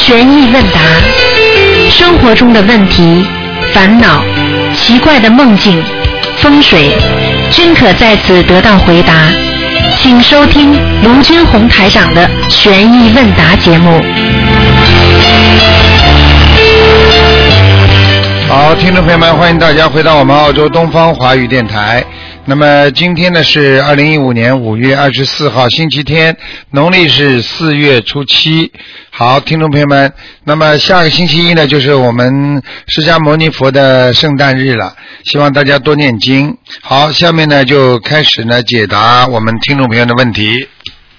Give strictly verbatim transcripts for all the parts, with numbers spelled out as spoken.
悬疑问答，生活中的问题、烦恼、奇怪的梦境、风水，均可在此得到回答。请收听卢军红台长的悬疑问答节目。 好，听众朋友们，欢迎大家回到我们澳洲东方华语电台。那么今天呢是二零一五年五月二十四号星期天，农历是四月初七。好，听众朋友们，那么下个星期一呢就是我们释迦牟尼佛的圣诞日了，希望大家多念经。好，下面呢就开始呢解答我们听众朋友的问题。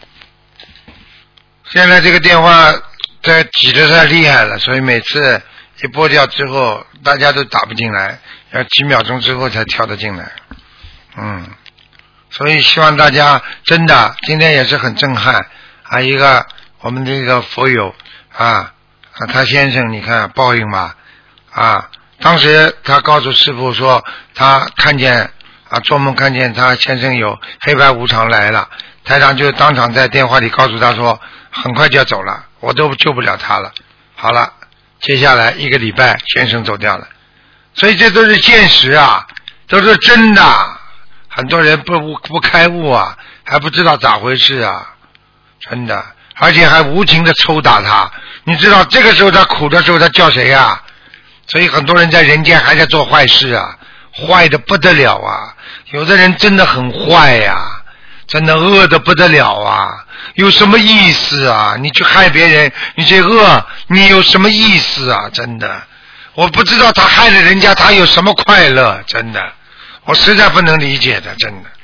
现在这个电话在挤得太厉害了，所以每次一拨掉之后大家都打不进来，要几秒钟之后才跳得进来。嗯，所以希望大家真的今天也是很震撼啊！一个我们这个佛友啊啊，他先生你看报应吧啊！当时他告诉师父说他看见啊做梦看见他先生有黑白无常来了，台长就当场在电话里告诉他说很快就要走了，我都救不了他了。好了，接下来一个礼拜先生走掉了，所以这都是现实啊，都是真的。很多人不不开悟啊，还不知道咋回事啊，真的，而且还无情的抽打他。你知道这个时候他苦的时候他叫谁啊？所以很多人在人间还在做坏事啊，坏的不得了啊。有的人真的很坏呀、啊，真的恶的不得了啊。有什么意思啊？你去害别人，你这恶，你有什么意思啊？真的，我不知道他害了人家，他有什么快乐？真的。我实在不能理解的，真的，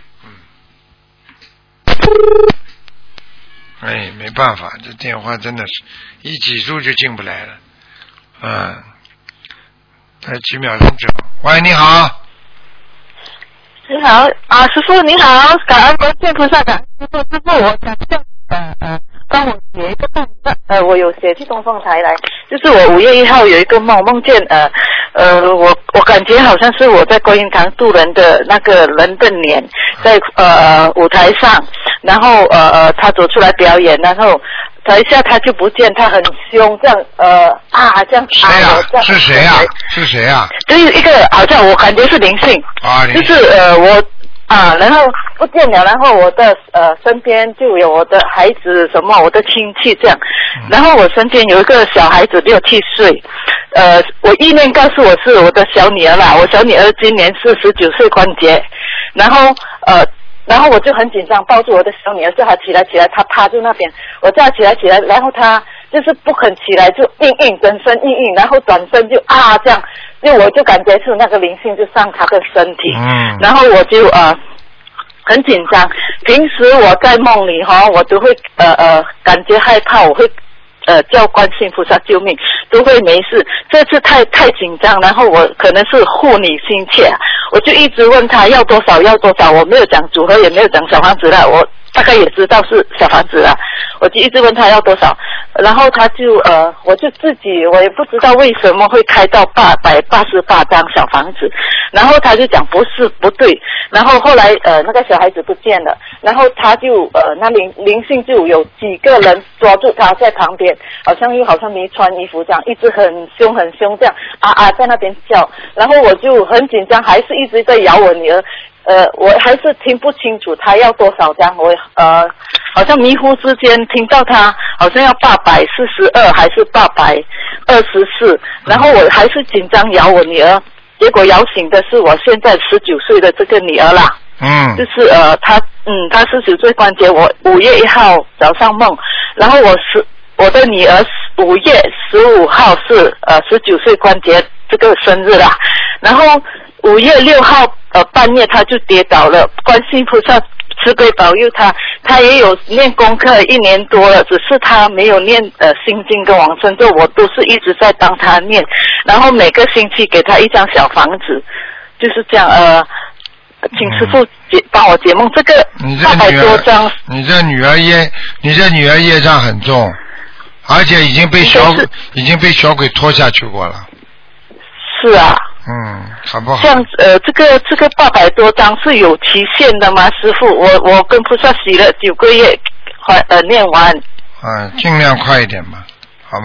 嗯，哎，没办法，这电话真的是一挤住就进不来了，嗯，才几秒钟之后，喂，你好， 你好啊，师父你好，感恩观世菩萨，感恩师父，师父我想呃呃帮我写一个梦，呃我有写去东方台来，就是我五月一号有一个梦，梦见呃。呃，我我感觉好像是我在观音堂渡人的那个人的脸，在呃舞台上，然后呃呃他走出来表演，然后等一下他就不见，他很凶，这样呃啊这样谁啊？是谁啊？是谁啊？ 就是一个好像我感觉是灵性，啊，就是呃我啊，然后不见了，然后我的呃身边就有我的孩子什么我的亲戚这样，然后我身边有一个小孩子六七岁。呃，我意念告诉我是我的小女儿啦，我小女儿今年是十九岁关节，然后呃，然后我就很紧张，抱住我的小女儿，叫她起来起来，她趴住那边，我叫她起来起来，然后她就是不肯起来，就硬硬整身硬硬，然后转身就啊这样，就我就感觉是那个灵性就上她的身体，嗯，然后我就呃很紧张，平时我在梦里哈，我都会呃呃感觉害怕，我会。呃，叫观世音菩萨救命，都会没事。这次太太紧张，然后我可能是护女心切，我就一直问他要多少要多少，我没有讲组合，也没有讲小房子了，我大概也知道是小房子了，我就一直问他要多少，然后他就呃，我就自己我也不知道为什么会开到八百八十八张小房子，然后他就讲不是不对，然后后来呃那个小孩子不见了，然后他就呃那灵灵性就有几个人抓住他在旁边，好像又好像没穿衣服这样，一直很凶很凶这样啊啊在那边叫，然后我就很紧张，还是一直在咬我女儿。呃，我还是听不清楚他要多少张，我呃好像迷糊之间听到他好像要八百四十二还是八百二十四，然后我还是紧张摇我女儿，结果摇醒的是我现在十九岁的这个女儿啦。嗯，就是呃她嗯她十九岁关节，我五月一号早上梦，然后我是我的女儿五月十五号是呃十九岁关节这个生日啦，然后五月六号呃半夜他就跌倒了，观世音菩萨慈悲保佑他，他也有念功课一年多了，只是他没有念呃心经跟往生咒，我都是一直在帮他念，然后每个星期给他一张小房子，就是这样呃，请师父解帮我解梦，这个八百多张， 你这女儿业，你这女儿业障很重，而且已经被小鬼已经被小鬼拖下去过了。 是啊。 嗯，好不好？ 像呃，这个这个八百多张是有期限的吗，师父？我我跟菩萨许了九个月，还呃念完。 嗯，尽量快一点吧，好吧？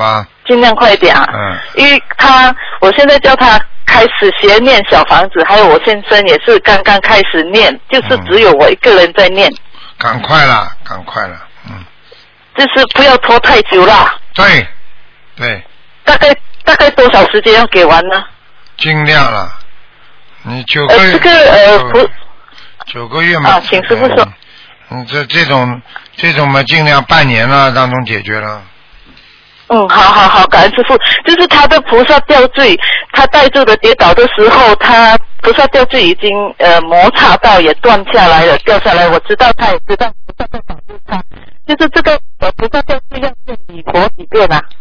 尽量快一点啊。 嗯。 因为他，我现在叫他开始学念小房子，还有我先生也是刚刚开始念，就是只有我一个人在念。 赶快了，赶快了，嗯。 就是不要拖太久啦。 对，对。 大概大概多少时间要给完呢？ 尽量了，你九个月。 呃，这个呃不。 九个月嘛。 啊，请师傅说。 嗯，这这种这种嘛，尽量半年了当中解决了。 嗯，好好好，感恩师父。就是他的菩萨吊坠，他带住的跌倒的时候，他菩萨吊坠已经呃摩擦到也断下来了，掉下来。我知道他也知道菩萨在保护他。就是这个呃菩萨吊坠要念礼佛几遍啊？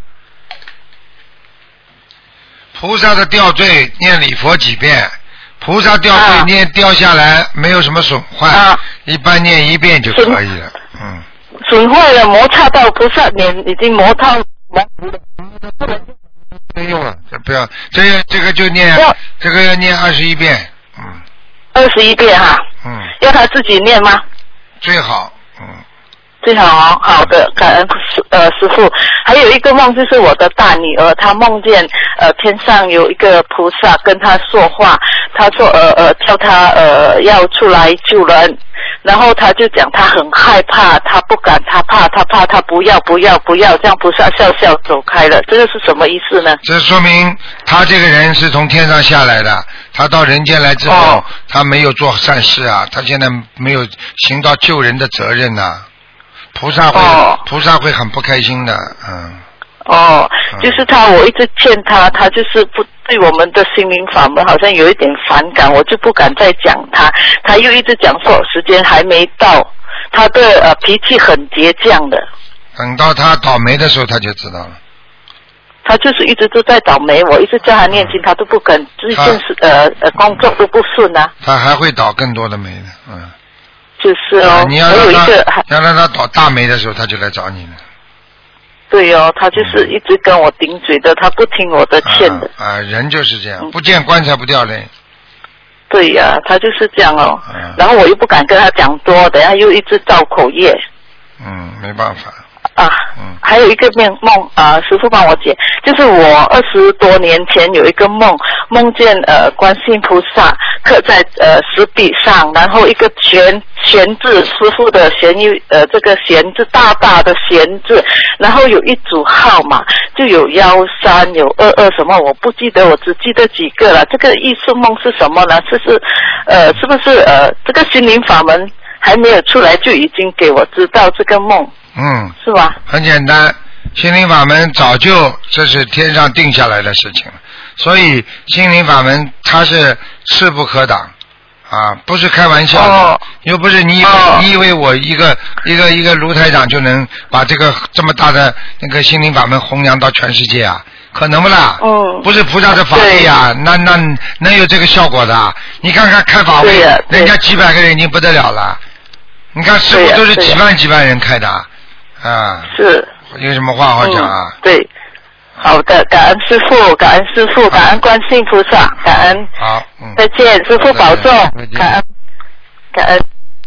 菩萨的吊坠念礼佛几遍？菩萨吊坠念掉下来没有什么损坏，啊、一般念一遍就可以了。嗯。 损坏了，摩擦到菩萨脸已经磨到模糊了。 没用了，这不要，这个这个就念，这个要念二十一遍。嗯。 二十一遍哈。嗯。要他自己念吗？ 最好，嗯。 最好哦，好的，感恩师呃师父。还有一个梦就是我的大女儿，她梦见呃天上有一个菩萨跟她说话，她说呃呃叫她呃要出来救人，然后她就讲她很害怕，她不敢，她怕，她怕，她不要不要不要，这样菩萨笑笑走开了，这个是什么意思呢？ 这说明她这个人是从天上下来的，她到人间来之后，哦、她没有做善事啊，她现在没有尽到救人的责任呐、啊。菩萨会、哦，菩萨会很不开心的，嗯。 哦，就是他，我一直劝他，他就是不对我们的心灵法门好像有一点反感，我就不敢再讲他。他又一直讲说时间还没到，他的呃脾气很倔强的。 等到他倒霉的时候，他就知道了。 他就是一直都在倒霉，我一直叫他念经，他都不肯，最近是呃呃工作都不顺啊。 他还会倒更多的霉的，嗯。 就是哦， 啊、你要让他要让他倒大霉的时候，他就来找你了。 对哦，他就是一直跟我顶嘴的，他不听我的劝的。 啊，啊人就是这样，不见棺材不掉泪。 对呀、啊，他就是这样哦。嗯、然后我又不敢跟他讲多，等下又一直造口业。 嗯，没办法。 啊，嗯，还有一个梦梦啊，师父帮我解，就是我二十多年前有一个梦，梦见呃观世音菩萨刻在呃石壁上，然后一个玄玄字，师父的玄一呃这个玄字大大的玄字，然后有一组号码，就有幺三有二二什么，我不记得，我只记得几个了。这个艺术梦是什么呢？是是呃是不是呃这个心灵法门还没有出来就已经给我知道这个梦？ 嗯， 是吧？ 很简单，心灵法门早就这是天上定下来的事情了，所以心灵法门它是势不可挡啊，不是开玩笑的，哦、又不是你以为、哦、你以为我一个一个一个卢台长就能把这个这么大的那个心灵法门弘扬到全世界啊？可能不啦？ 嗯， 不是菩萨的法力啊，那那能有这个效果的？你看看开法会，人家几百个人已经不得了了，你看师傅都是几万几万人开的。啊， 是， 有什么话好讲啊？ 嗯、对，好的，感恩师父，感恩师父，感恩观世音菩萨，感恩。 好，嗯， 再见，师父保重，感恩，感恩。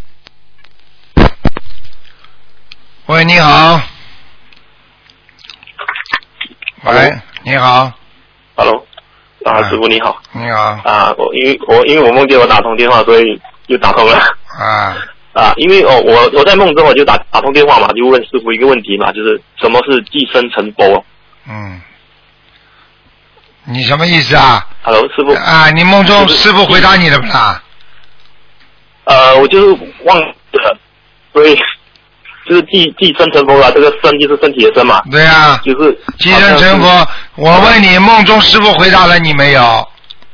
喂，你好。喂，你好。 Hello， 啊，师父你好。 你好。 啊，我因为我因为我梦见我打通电话，所以又打通了。 啊。 啊，因为哦，我我在梦中我就打打通电话嘛，就问师傅一个问题嘛，就是什么是寄生成佛？ 嗯，你什么意思啊 ？Hello， 师傅。 啊，你梦中师傅回答你了不啦？ 呃，我就是忘了，所以就是寄寄生成佛啊，这个生就是身体的生嘛。 对啊。 就是寄生成佛。我问你，梦中师傅回答了你没有？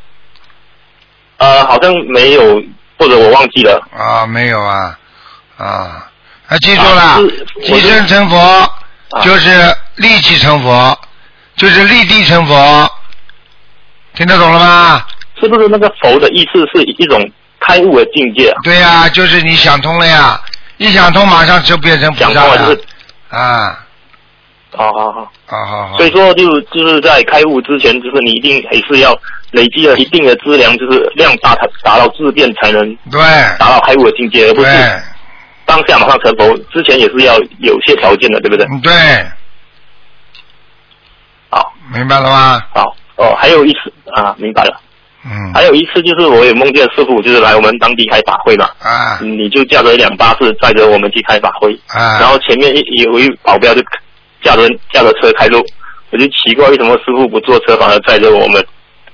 呃，好像没有。或者我忘记了啊，没有啊，啊，啊，记住了，寄生成佛就是立即成佛，就是立地成佛，听得懂了吗？ 是不是那个佛的意思是一种开悟的境界、啊？ 对呀、啊，就是你想通了呀，一想通马上就变成菩萨了，就是、啊。 好好好， 好好好。 所以说就就是在开悟之前，就是你一定还是要累积了一定的资粮，就是量达达到质变才能对达到开悟的境界，而不是当下马上成佛。之前也是要有些条件的，对不对？ 对。 好， 明白了吗？ 好哦，还有一次啊，明白了。 嗯。 还有一次就是我也梦见师傅就是来我们当地开法会嘛， 啊， 你就驾着两巴士载着我们去开法会， 啊， 然后前面有一保镖就驾着驾着车开路，我就奇怪为什么师傅不坐车反而载着我们。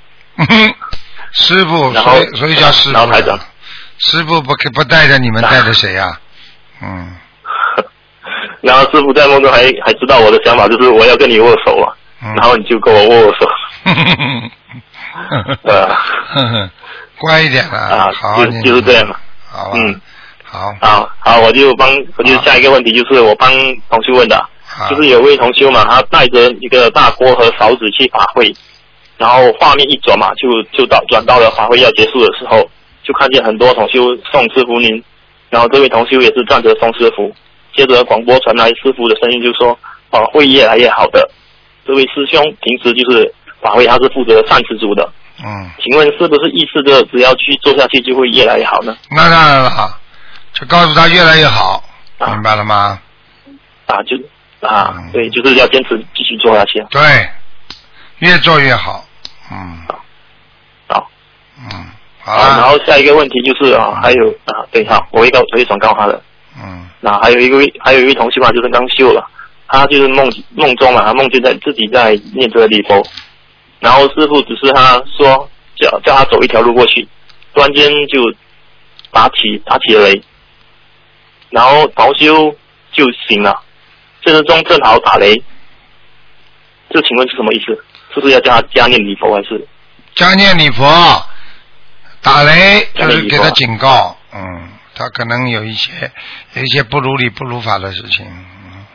师傅，所以所以叫师傅。师傅不不带着你们带着谁呀、啊？嗯。 然后师傅在梦中还还知道我的想法，就是我要跟你握手啊，嗯、然后你就跟我握握手。呃， 乖一点了啊， 好， 就就是这样嘛。 好， 嗯， 好， 好，好，我就帮，我就下一个问题就是我帮同修问的，就是有位同修嘛，他带着一个大锅和勺子去法会，然后画面一转嘛，就就到转到了法会要结束的时候，就看见很多同修送师傅您，然后这位同修也是站着送师傅，接着广播传来师傅的声音，就说啊会越来越好的，这位师兄平时就是法会他是负责善持组的。 嗯， 请问是不是意思着只要去做下去就会越来越好呢？ 那当然了，就告诉他越来越好，啊、明白了吗？ 啊，就啊、嗯，对，就是要坚持继续做下去。 对，越做越好。嗯。 好。 嗯。 好、啊。然后下一个问题就是啊，嗯、还有啊，对，好，我会告，我会转告他的。 嗯。 那还有一个位，还有一位同学嘛，就是刚修了，他就是梦梦中嘛，他梦见在自己在念这个礼佛。然后师傅只是他说叫叫他走一条路过去，突然间就打起打起了雷，然后同修就醒了，现实中正好打雷，这请问是什么意思？是不是要叫他加念礼佛还是？ 加念礼佛，打雷就是给他警告，嗯，他可能有一些有一些不如理不如法的事情。嗯、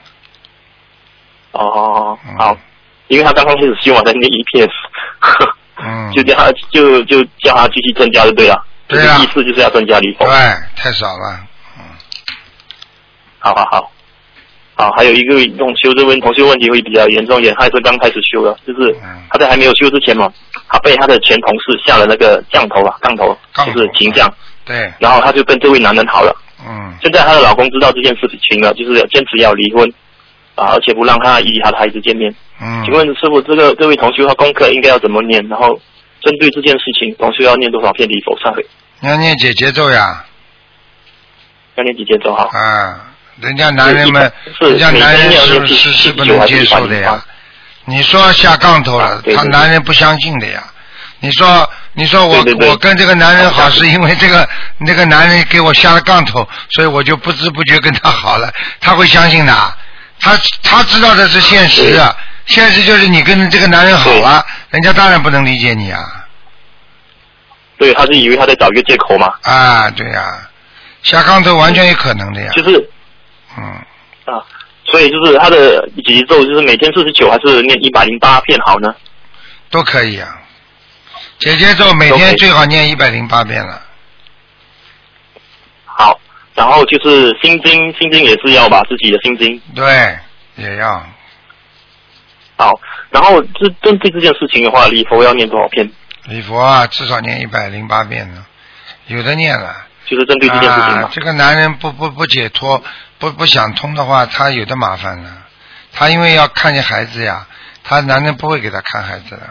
哦，好。嗯，因为他刚刚开始修嘛，在念一片， 嗯， 就叫他就就叫他继续增加就对了， 对啊， 意思就是要增加礼佛， 对，太少了，嗯， 好好好，好，还有一个同修这问同修问题会比较严重一点，他也是刚开始修的，就是他在还没有修之前嘛，他被他的前同事下了那个降头啊，杠头，就是情降， 对， 然后他就跟这位男人好了， 嗯， 现在她的老公知道这件事情了，就是坚持要离婚。啊，而且不让他与他的孩子见面。 嗯， 请问师傅，这个这位同学他功课应该要怎么念？然后针对这件事情，同学要念多少遍礼佛忏悔？ 要念解节奏呀。 要念几节奏哈？ 啊，人家男人们，人家男人是是是不能接受的呀。你说下杠头了，啊、对对对他男人不相信的呀。你说，你说我对对对我跟这个男人好，是因为这个那个男人给我下了杠头，所以我就不知不觉跟他好了，他会相信的。他他知道的是现实啊，现实就是你跟这个男人好了，人家当然不能理解你啊。 对，他是以为他在找一个借口嘛。 啊，对呀、啊，下杠头完全有可能的呀。 就是， 嗯。 啊，所以就是他的节奏就是每天四十九还是念一百零八遍好呢？ 都可以啊，姐姐咒每天最好念一百零八遍了。 好。然后就是心经，心经也是要吧，自己的心经。 对，也要。 好，然后这针对这件事情的话，礼佛要念多少遍？ 礼佛啊，至少念一百零八遍呢，有的念了。 就是针对这件事情嘛。 啊、这个男人不不不解脱，不不想通的话，他有的麻烦了。他因为要看见孩子呀，他男人不会给他看孩子的。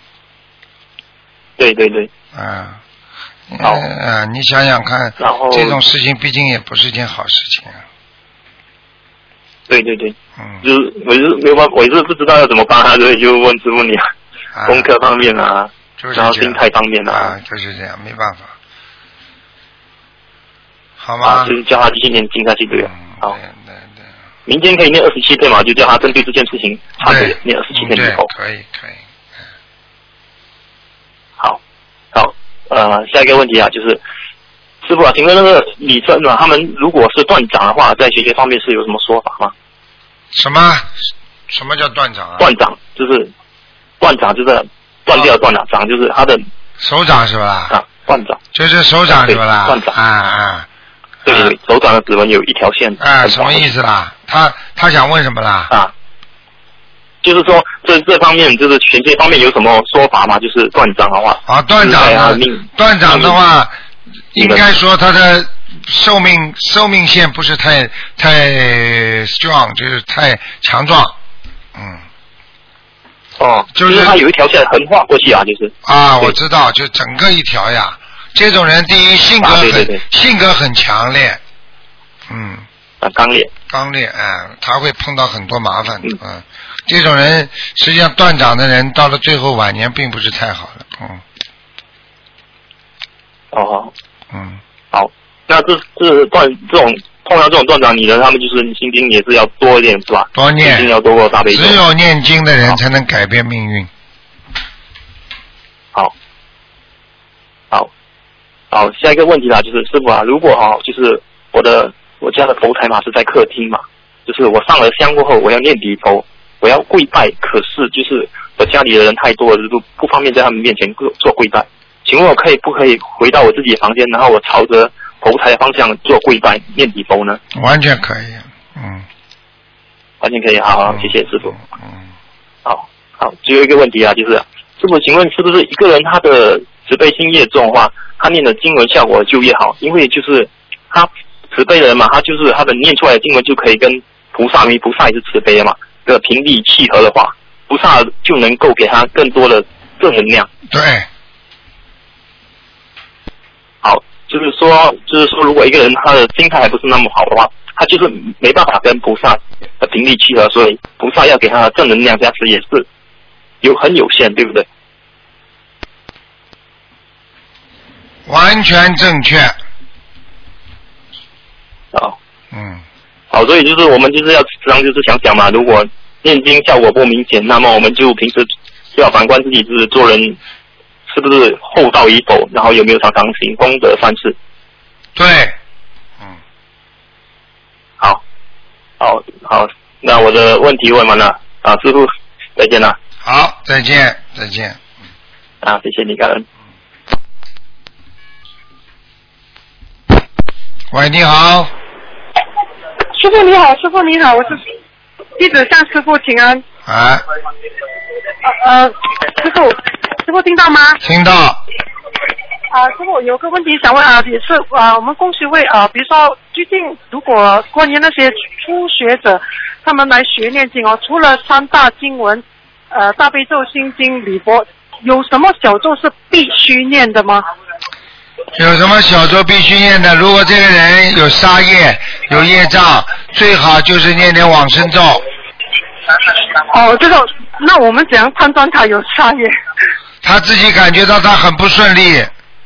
对对对。 啊。 好， 嗯、呃，你想想看，这种事情毕竟也不是一件好事情啊。 对对对， 嗯， 就是我是没有办法，我是不知道要怎么帮他，所以就问师傅你，啊、功课方面啊， 就是然后心态方面啊， 啊，就是这样，没办法，好吗？ 啊，就是叫他继续念经下去，对吧？ 嗯、 好， 对对对。 明天可以念二十七遍嘛？就叫他针对这件事情，忏悔念二十七遍以后， 可以可以。 好，好。呃，下一个问题啊，就是师傅啊，请问那个李正啊，他们如果是断掌的话，在学学方面是有什么说法吗？ 什么？什么叫断掌啊？ 断掌就是断掌，就是断掉断了，掌就是他的手掌是吧？ 啊，断掌就是手掌是吧？ 断掌啊啊， 对对对，手掌的指纹有一条线。 啊，什么意思啦？他他想问什么啦？ 啊。就是说，这这方面就是全这方面有什么说法吗？就是断掌的话。 啊，断掌的，断掌的话，应该说他的寿命寿命线不是太太 strong，就是太强壮，嗯。 哦， 就是他有一条线横划过去啊，就是。 啊，我知道，就整个一条呀。这种人第一性格很、啊、对对对性格很强烈，嗯， 啊刚烈， 刚烈，哎，他会碰到很多麻烦的，嗯，嗯这种人实际上断掌的人到了最后晚年并不是太好的，嗯。 哦， 嗯， 好，那这这断这种碰到这种断掌你的，他们就是心经也是要多一点是吧？ 多念， 心经要多过大悲咒。 只有念经的人才能改变命运。 好，好，好，下一个问题啦，就是师父啊，如果哈、哦，就是我的我家的佛台嘛是在客厅嘛，就是我上了香过后，我要念礼佛，我要跪拜，可是就是我家里的人太多了，就不方便在他们面前做跪拜。请问我可以不可以回到我自己的房间，然后我朝着佛台的方向做跪拜念礼佛呢？ 完全可以，嗯， 完全可以，好好， 嗯、 谢谢师父。 嗯， 好好，最后一个问题啊，就是师父，请问是不是一个人他的慈悲心越重的话，他念的经文效果就越好？因为就是他慈悲的人嘛，他就是他的念出来的经文就可以跟菩萨，因为菩萨也是慈悲的嘛，的频率契合的话，菩萨就能够给他更多的正能量。 对。 好，就是说，就是说，如果一个人他的心态还不是那么好的话，他就是没办法跟菩萨的频率契合，所以菩萨要给他的正能量加持也是有很有限，对不对？ 完全正确。 好， 嗯， 好，所以就是我们就是要时常就是想想嘛，如果念经效果不明显，那么我们就平时就要反观自己，就是做人是不是厚道与否，然后有没有常常行功德善事。 对，嗯， 好，好，好，那我的问题问完了啊，师父再见了。 好，再见，再见。 啊，谢谢你，感恩。 喂，你好。 师父你好，师父你好，我是弟子向师父请安。 啊。 呃，师父，师父听到吗？ 听到。 啊，师父有个问题想问啊，也是啊，我们公学会啊，比如说最近如果关于那些初学者，他们来学念经哦，除了三大经文，呃，大悲咒、心经、礼佛，有什么小咒是必须念的吗？ 有什么小咒必须念的？如果这个人有杀业、有业障，最好就是念点往生咒。 哦，这个，那我们怎样判断他有杀业？ 他自己感觉到他很不顺利。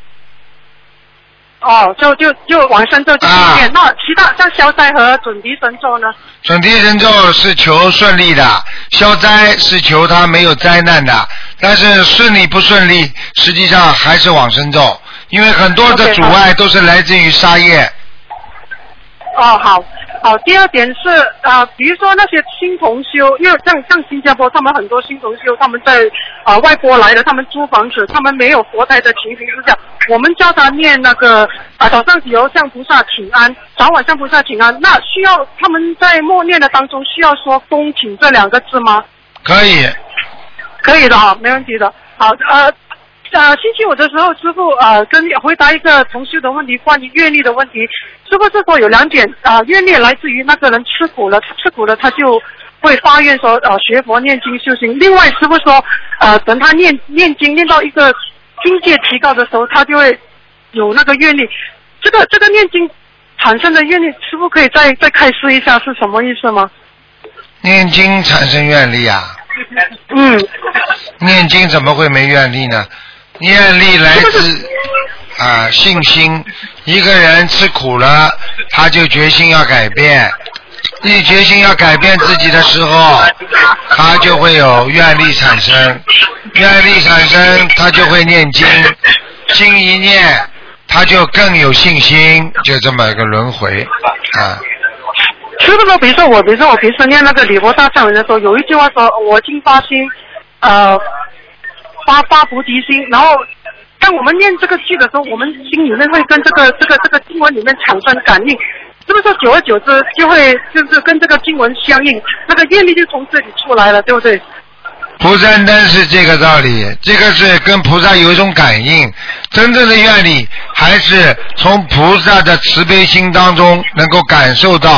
哦，就就就往生咒就念、啊，那其他像消灾和准提神咒呢？ 准提神咒是求顺利的，消灾是求他没有灾难的，但是顺利不顺利，实际上还是往生咒，因为很多的阻碍都是来自于杀业。 哦，好。好，第二点是啊、呃，比如说那些新同修，因为像像新加坡，他们很多新同修，他们在啊、呃、外国来的，他们租房子，他们没有佛台的情形之下，我们教他念那个啊、呃、早上起油向菩萨请安，早晚向菩萨请安，那需要他们在默念的当中需要说恭请这两个字吗？ 可以， 可以的哈，没问题的。好，呃。呃，星期五的时候，师父呃跟回答一个同修的问题，关于愿力的问题。师父是说有两点啊、呃，愿力来自于那个人吃苦了，吃苦了他就会发愿说呃学佛念经修行。另外，师父说呃等他念念经念到一个境界提高的时候，他就会有那个愿力。这个这个念经产生的愿力，师父可以再再开示一下是什么意思吗？ 念经产生愿力啊？ 嗯。 念经怎么会没愿力呢？愿力来自啊信心，一个人吃苦了，他就决心要改变，一决心要改变自己的时候，他就会有愿力产生，愿力产生他就会念经，经一念他就更有信心，就这么一个轮回啊。 是不是比如说我比如说我平时念那个礼佛大忏悔的时候，有一句话说我今发心呃发发菩提心，然后当我们念这个句的时候，我们心里面会跟这个这个这个经文里面产生感应，是不是说久而久之就会就是跟这个经文相应，那个业力就从这里出来了，对不对？ 不单单是这个道理，这个是跟菩萨有一种感应，真正的愿力还是从菩萨的慈悲心当中能够感受到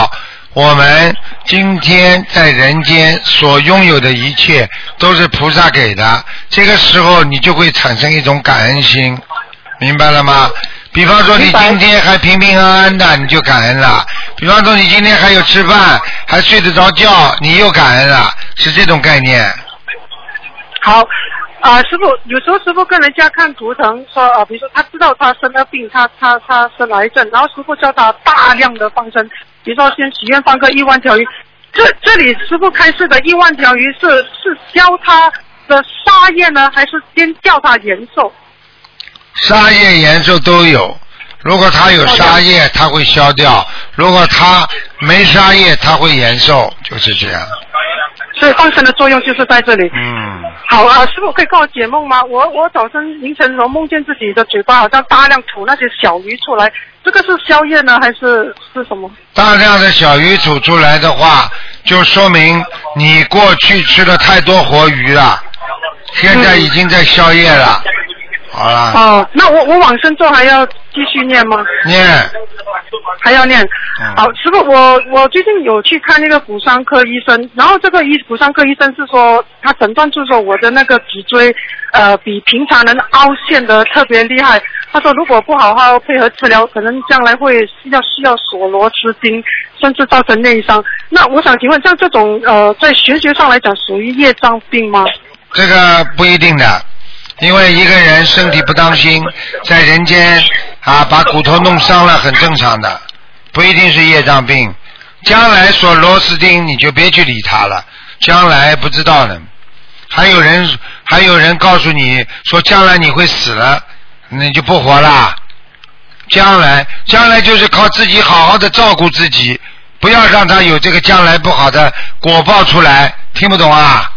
我们今天在人间所拥有的一切都是菩萨给的，这个时候你就会产生一种感恩心，明白了吗？比方说你今天还平平安安的，你就感恩了；比方说你今天还有吃饭，还睡得着觉，你又感恩了，是这种概念。 好。啊、呃，师傅，有时候师傅跟人家看图腾说，呃，比如说他知道他生了病，他他他生癌症，然后师傅叫他大量的放生，比如说先许愿放个一万条鱼，这这里师傅开示的一万条鱼是是消他的杀业呢，还是先叫他延寿？ 杀业延寿都有，如果他有杀业，他会消掉；如果他没杀业，他会延寿，就是这样。 所以放生的作用就是在这里。 嗯。 好啊，师傅可以跟我解梦吗？我我早晨凌晨我梦见自己的嘴巴好像大量吐那些小鱼出来，这个是宵夜呢，还是是什么？ 大量的小鱼吐出来的话，就说明你过去吃了太多活鱼了，现在已经在宵夜了。嗯、好了。 哦，那我我往生咒还要继续念吗？ 念。 还要念。嗯、好，师傅，我我最近有去看那个骨伤科医生，然后这个医骨伤科医生是说，他诊断出说我的那个脊椎，呃，比平常人凹陷的特别厉害。他说如果不好好配合治疗，可能将来会需要需要锁螺丝钉，甚至造成内伤。那我想请问，像这种呃，在玄学上来讲，属于业障病吗？ 这个不一定的。因为一个人身体不当心，在人间啊把骨头弄伤了，很正常的，不一定是业障病。将来锁螺丝钉你就别去理他了，将来不知道呢。还有人还有人告诉你说将来你会死了，你就不活了。将来将来就是靠自己好好的照顾自己，不要让他有这个将来不好的果报出来。听不懂啊？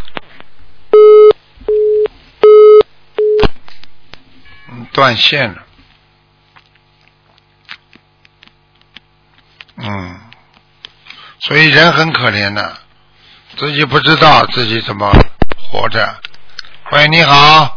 断线了，嗯，所以人很可怜的，自己不知道自己怎么活着。喂，你好。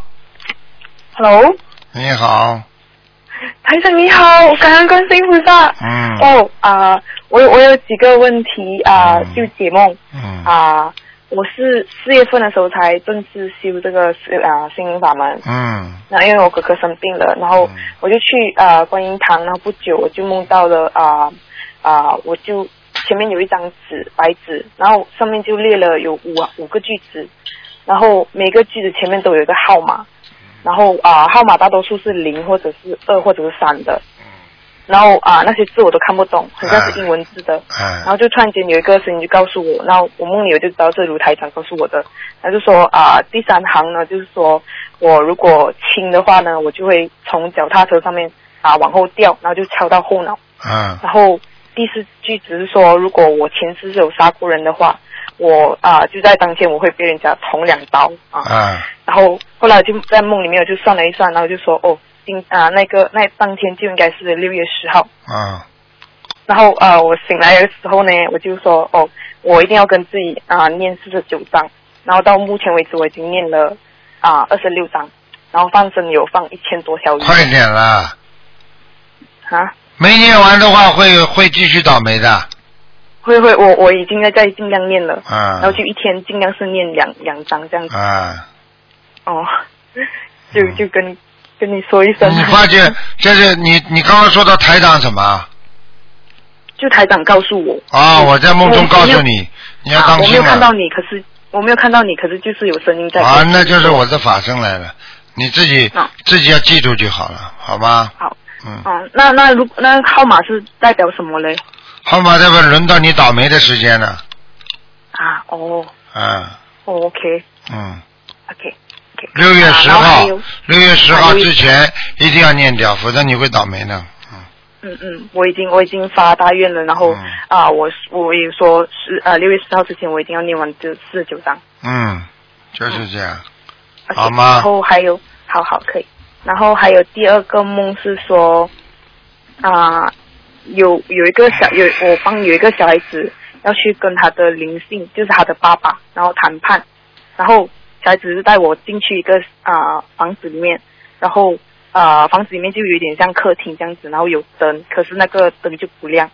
Hello。 你好。 台长你好，感恩观世音菩萨。 嗯。 哦啊、呃，我有我有几个问题啊、呃嗯，就解梦。 嗯。 啊、呃。我是四月份的时候才正式修这个啊心灵法门。 嗯。 然后因为我哥哥生病了，然后我就去啊、呃、观音堂，然后不久我就梦到了啊啊、呃，我就前面有一张纸白纸，然后上面就列了有五五个句子，然后每个句子前面都有一个号码，然后啊、呃、号码大多数是零或者是二或者是三的。然后啊，那些字我都看不懂，很像是英文字的。 嗯。 然后就突然间有一个声音就告诉我，然后我梦里我就知道这卢台长告诉我的，他就说啊，第三行呢就是说我如果轻的话呢，我就会从脚踏车上面啊往后掉，然后就敲到后脑。 嗯。 然后第四句只是说，如果我前世是有杀过人的话，我啊就在当天我会被人家捅两刀啊。 嗯。然后后来就在梦里面我就算了一算，然后就说哦。啊，那个那当天就应该是六月十号。 嗯。 然后呃，我醒来的时候呢，我就说哦，我一定要跟自己啊、呃、念四十九章。然后到目前为止，我已经念了啊二十六章，然后放生有放一千多条鱼。 快点啦！ 啊？ 没念完的话会会继续倒霉的。 会会，我我已经在在尽量念了。 嗯。 然后就一天尽量是念两两章这样子。 啊。 哦，就就跟。嗯跟你说一声。 你发觉这是你你刚刚说到台长什么？ 就台长告诉我。 啊，我在梦中告诉你，你要当心啊。 我没有看到你，可是我没有看到你，可是就是有声音在。 啊，那就是我的法身来了，你自己、啊、自己要记住就好了，好吗？ 好。 嗯。 嗯，那那如那号码是代表什么嘞？ 号码代表轮到你倒霉的时间了。 啊哦。 嗯。 哦 OK。 嗯。 OK。 六月十号，六月十号之前一定要念掉，否则你会倒霉的。 嗯嗯嗯，我已经我已经发大愿了，然后啊、嗯呃，我我也说是呃六月十号之前我一定要念完这四十九章。 嗯，就是这样， 嗯、 好吗？ 然后还有，好好可以。然后还有第二个梦是说啊、呃，有有一个小有我帮有一个小孩子要去跟他的灵性，就是他的爸爸，然后谈判，然后。小孩子是带我进去一个啊、呃、房子里面，然后啊、呃、房子里面就有点像客厅这样子，然后有灯，可是那个灯就不亮，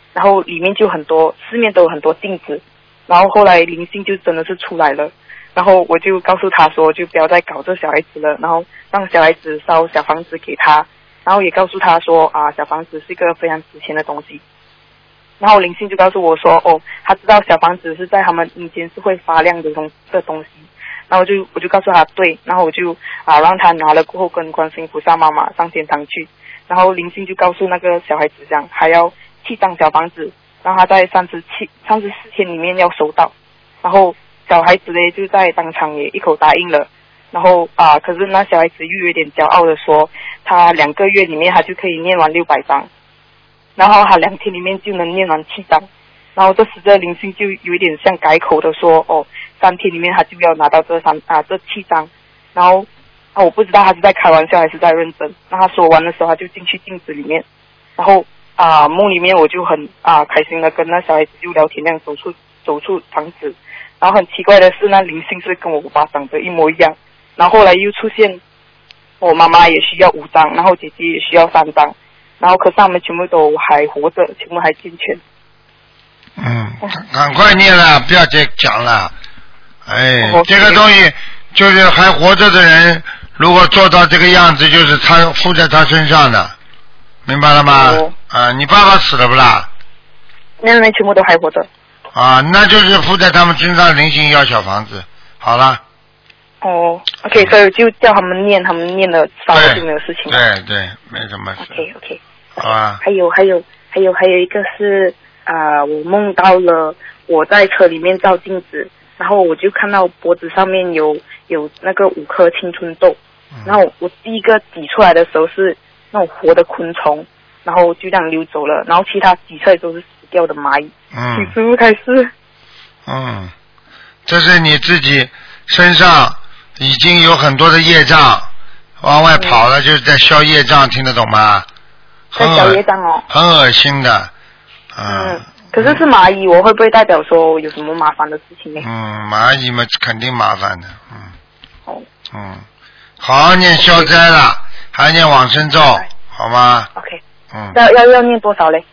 然后里面就很多，四面都有很多镜子，然后后来灵性就真的是出来了，然后我就告诉他说，就不要再搞这小孩子了，然后让小孩子烧小房子给他，然后也告诉他说啊，小房子是一个非常值钱的东西。然后灵性就告诉我说，哦，他知道小房子是在他们阴间是会发亮的东的东西。然后我就我就告诉他对，然后我就啊让他拿了过后跟观世音菩萨妈妈上天堂去。然后灵性就告诉那个小孩子讲，还要七张小房子，让他在三十七三十四天里面要收到。然后小孩子呢就在当场也一口答应了。然后啊，可是那小孩子又有点骄傲的说，他两个月里面他就可以念完六百张，然后他两天里面就能念完七张。然后这时这灵性就有一点像改口的说，哦，三天里面他就要拿到这三啊这七张。然后啊我不知道他是在开玩笑还是在认真。那他说完的时候他就进去镜子里面，然后啊梦里面我就很啊开心的跟那小孩子就聊天，这样走出走出房子。然后很奇怪的是，那灵性是跟我爸长得一模一样。然后后来又出现我妈妈也需要五张，然后姐姐也需要三张，然后可是他们全部都还活着，全部还健全。 嗯，赶快念了，不要再讲了。哎，这个东西就是还活着的人，如果做到这个样子，就是他附在他身上的，明白了吗？哦、啊，你爸爸死了不啦？ 那人全部都还活着。 啊，那就是附在他们身上灵性要小房子。好了。 哦 ，OK， 所以就叫他们念，他们念了烧了就没有事情了。 对对，没什么事。 OK OK， 好吧。 还有还有还有还有一个是啊、呃，我梦到了我在车里面照镜子，然后我就看到脖子上面有有那个五颗青春痘，嗯、然后我第一个挤出来的时候是那种活的昆虫，然后就这样溜走了，然后其他挤出来都是死掉的蚂蚁。 嗯。 请师父开始。 嗯，这是你自己身上已经有很多的业障往外跑了，嗯、就是在消业障，听得懂吗？ 在消业障哦。很恶心的。 嗯。嗯可是是蚂蚁，我会不会代表说有什么麻烦的事情呢？ 嗯，蚂蚁嘛肯定麻烦的，嗯。 哦。 嗯，好好念消灾了，还念往生咒，好吗 ？OK。 嗯。 要要要念多少嘞？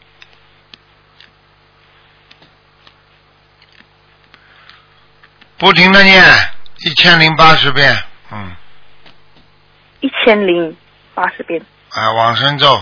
不停的念一千零八十遍，嗯。 一千零八十遍。 啊，往生咒。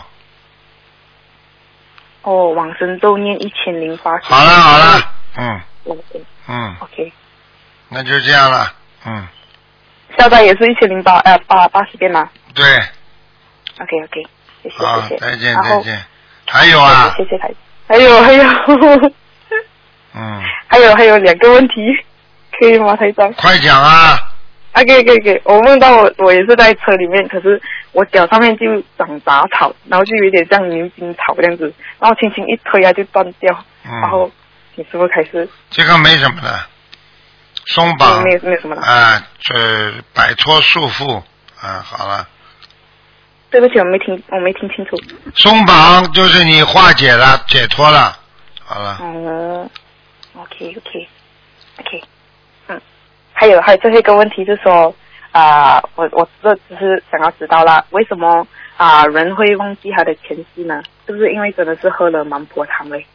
哦，往生咒念一千零八十。 好了好了，嗯。 OK。 嗯。 OK。 那就这样了，嗯。 消灾也是一千零八呃八八十遍吗？ 对。 OK OK， 谢谢好， 谢谢。 再见再见。还有啊？ 谢谢台。还有还有。 嗯。 还有还有两个问题。可以吗，台长？ 快讲啊！ 啊，可以可以可以。我梦到我我也是在车里面，可是我脚上面就长杂草，然后就有点像牛筋草这样子，然后轻轻一推啊就断掉。嗯。然后你师父开始。 这个没什么的，松绑。 没有没有什么的。 啊，这摆脱束缚啊，好了。 对不起，我没听我没听清楚。 松绑就是你化解了，解脱了，好了。 嗯 ，OK OK OK。还有还有最后一个问题就是说啊、呃，我我这只是想要知道啦，为什么啊、呃、人会忘记他的前世呢？是不是因为真的是喝了蛮婆汤嘞？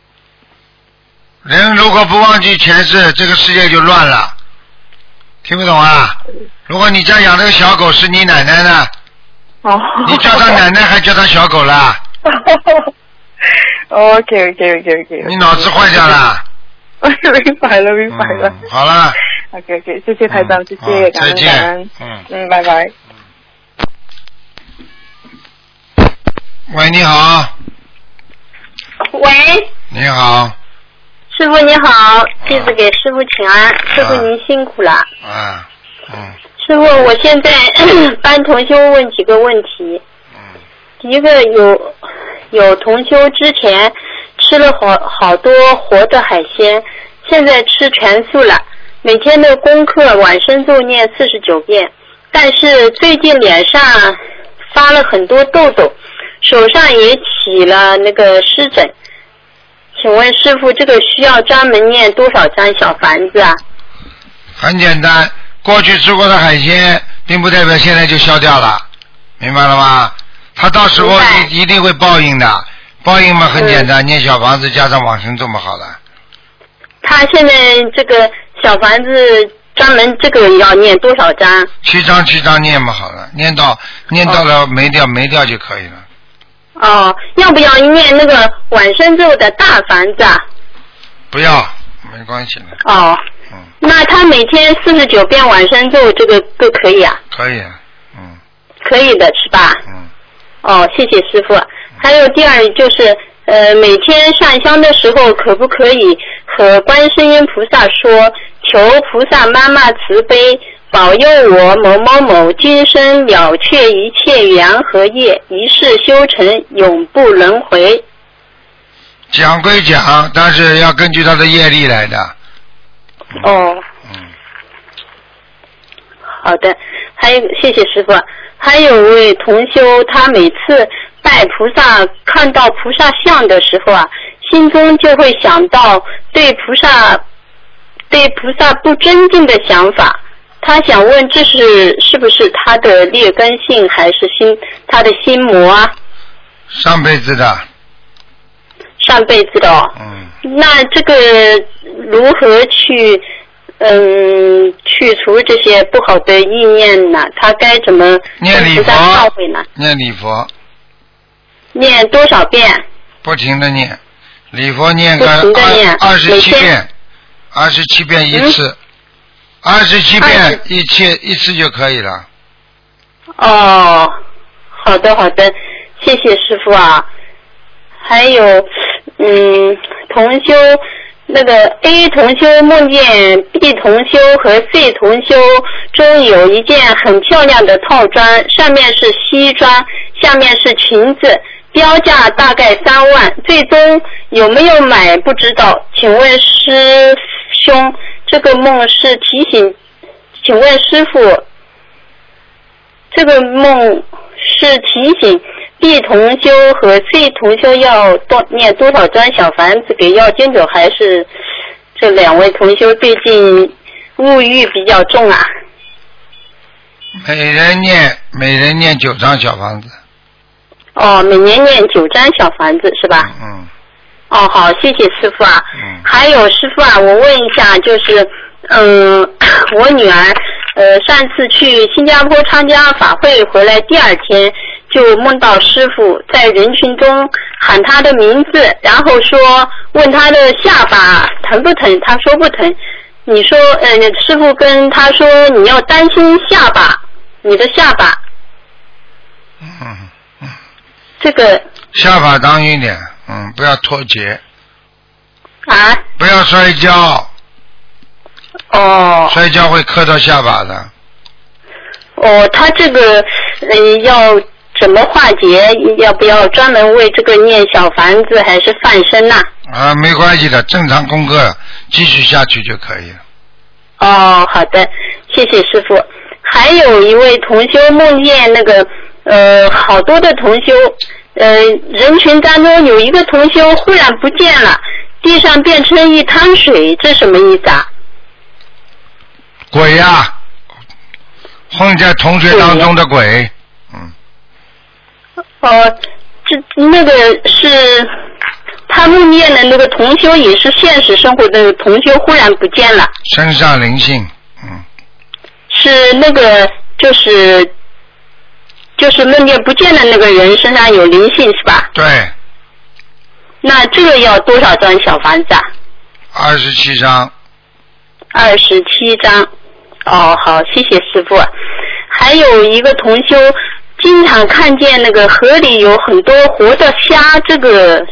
人如果不忘记前世，这个世界就乱了，听不懂啊？如果你家养这个小狗是你奶奶呢？ 哦。 你叫他奶奶还叫他小狗啦 ？OK OK OK OK。 你脑子坏掉了？ 明白了明白了。 嗯、好了。 OK OK， 谢谢台长，嗯、谢谢，感恩感恩，嗯嗯，拜拜。 喂，你好。 喂。 你好。 师傅你好，弟子给师傅请安，师傅您辛苦了。 啊，嗯。 师傅，我现在帮同修问几个问题。 嗯。 第一个有有同修之前吃了好好多活的海鲜，现在吃全素了。每天的功课往生咒念四十九遍，但是最近脸上发了很多痘痘，手上也起了那个湿疹。请问师父，这个需要专门念多少张小房子啊？ 很简单，过去吃过的海鲜，并不代表现在就消掉了，明白了吗？他到时候一一定会报应的。 报应嘛很简单，嗯、念小房子加上往生咒嘛好了。 他现在这个小房子专门这个要念多少章？ 七章七章念嘛好了，念到念到了没掉、哦、没掉就可以了。 哦，要不要念那个往生咒的大房子啊？ 不要，没关系的。 哦，嗯，那他每天四十九遍往生咒，这个都可以啊？ 可以，嗯。 可以的是吧？ 嗯。 哦，谢谢师父。还有第二就是，呃，每天上香的时候，可不可以和观世音菩萨说，求菩萨妈妈慈悲，保佑我某某某今生了却一切缘和业，一世修成，永不轮回。 讲归讲，但是要根据他的业力来的。 哦。 嗯。 好的，还有谢谢师父。还有位同修，他每次拜菩萨，看到菩萨像的时候啊，心中就会想到对菩萨对菩萨不尊敬的想法。他想问，这是是不是他的劣根性，还是心他的心魔啊？ 上辈子的。 上辈子的哦。 嗯。 那这个如何去嗯去除这些不好的意念呢？他该怎么念礼佛忏悔呢？ 念礼佛。 念多少遍？ 不停的念，礼佛念个二二十七遍，二十七遍一次，二十七遍一切一次就可以了。 哦，好的好的，谢谢师父啊。还有，嗯，同修那个 A 同修梦见 B 同修和 C 同修中有一件很漂亮的套装，上面是西装，下面是裙子。标价大概三万，最终有没有买不知道，请问师兄，这个梦是提醒，请问师父，这个梦是提醒 B 同修和 C 同修要多念多少张小房子给要经者，还是这两位同修最近物欲比较重啊？ 每人念每人念九张小房子。 哦，每年念九张小房子是吧？ 嗯。 哦，好，谢谢师父啊。 嗯。 还有师父啊，我问一下，就是嗯，我女儿呃上次去新加坡参加法会回来，第二天就梦到师父在人群中喊她的名字，然后说问她的下巴疼不疼，她说不疼。你说呃，师父跟她说你要担心下巴，你的下巴。 嗯。 这个下巴当心点，嗯，不要脱节。 啊？ 不要摔跤。 哦。 摔跤会磕到下巴的。 哦，他这个呃要怎么化解？要不要专门为这个念小房子，还是放生呐、 啊？啊，没关系的，正常功课继续下去就可以了。 哦，好的，谢谢师父。还有一位同修梦见那个。呃，好多的同修，呃，人群当中有一个同修忽然不见了，地上变成一滩水，这什么意思啊？ 鬼呀、啊，混在同学当中的鬼。嗯。 哦，这那个是他梦见的那个同修，也是现实生活的同修，忽然不见了。 身上灵性，嗯。 是那个就是。就是梦见不见的那个人身上有灵性是吧？ 对。 那这个要多少张小房子啊？ 二十七张。 二十七张。哦，好，谢谢师父。还有一个同修经常看见那个河里有很多活的虾，这个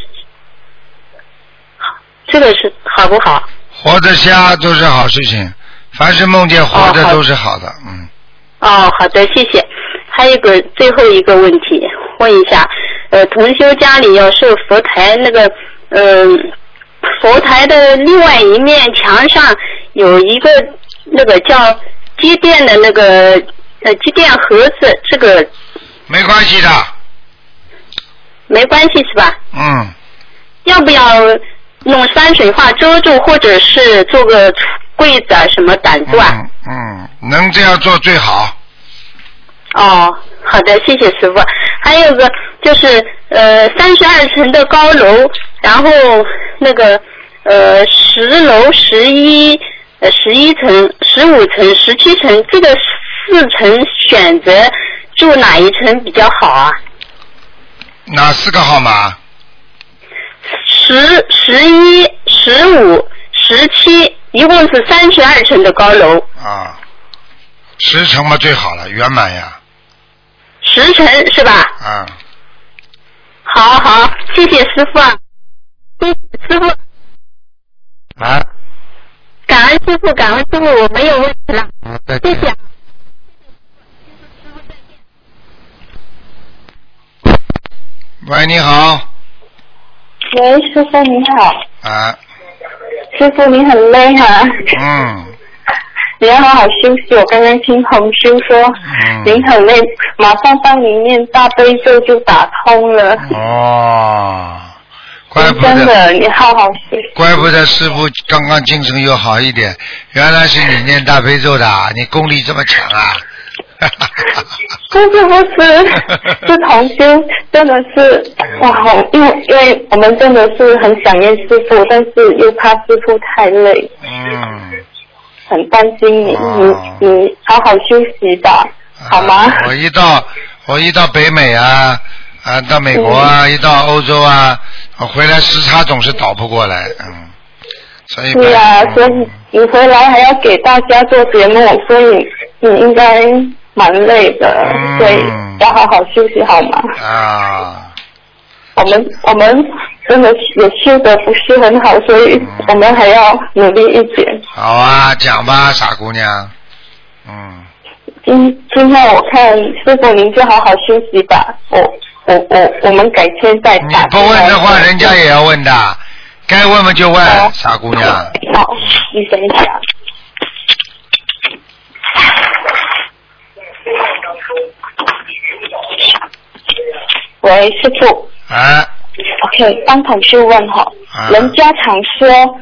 这个是好不好？ 活的虾都是好事情，凡是梦见活的都是好的。哦、嗯。 哦，好的，谢谢。还有一个最后一个问题，问一下，呃，同修家里要设佛台，那个，嗯、呃，佛台的另外一面墙上有一个那个叫机电的那个呃机电盒子，这个没关系的， 没关系是吧？ 嗯。 要不要弄山水画遮住，或者是做个柜子啊什么挡住啊？ 嗯嗯，能这样做最好。 哦，好的，谢谢师傅。还有个就是呃三十二层的高楼，然后那个呃十楼、十一、呃十一层、十五层、十七层，这个四层选择住哪一层比较好啊？ 哪四个号码？ 十、十一、十五、十七，一共是三十二层的高楼。 啊，十层嘛最好了，圆满呀。 十层是吧？ 啊。 好好，谢谢师傅啊，谢谢师傅。 啊。 感恩师傅，感恩师傅，我没有问题了。 嗯，再见。 谢谢。 喂，你好。 喂，师傅你好。 啊。 师傅你很累哈。 嗯。 你要好好休息。我刚刚听洪修说，嗯、您很累，马上帮您念大悲咒就打通了。 哦，怪不得。 真的，你好好休息。 怪不得师傅刚刚精神又好一点，原来是你念大悲咒的，你功力这么强啊！ 不是不是，是同修，真的是哇，因为因为我们真的是很想念师傅，但是又怕师傅太累。 嗯。 很担心你，哦、你你好好休息吧，好吗？ 啊、我一到我一到北美啊啊，到美国啊，嗯、一到欧洲啊，我回来时差总是倒不过来，嗯，所以。 对啊，嗯、所以你回来还要给大家做节目，所以你应该蛮累的，嗯、所以要好好休息，好吗？ 啊。 我们我们真的也修得不是很好，所以我们还要努力一点。 好啊，讲吧，傻姑娘。嗯。 今今天我看师傅您就好好休息吧，我我我我们改天再打。 你不问的话，人家也要问的，该问嘛就问，哦、傻姑娘。 好，你等一下。喂，师傅。 啊 OK， 帮同事问哈，啊、人家常说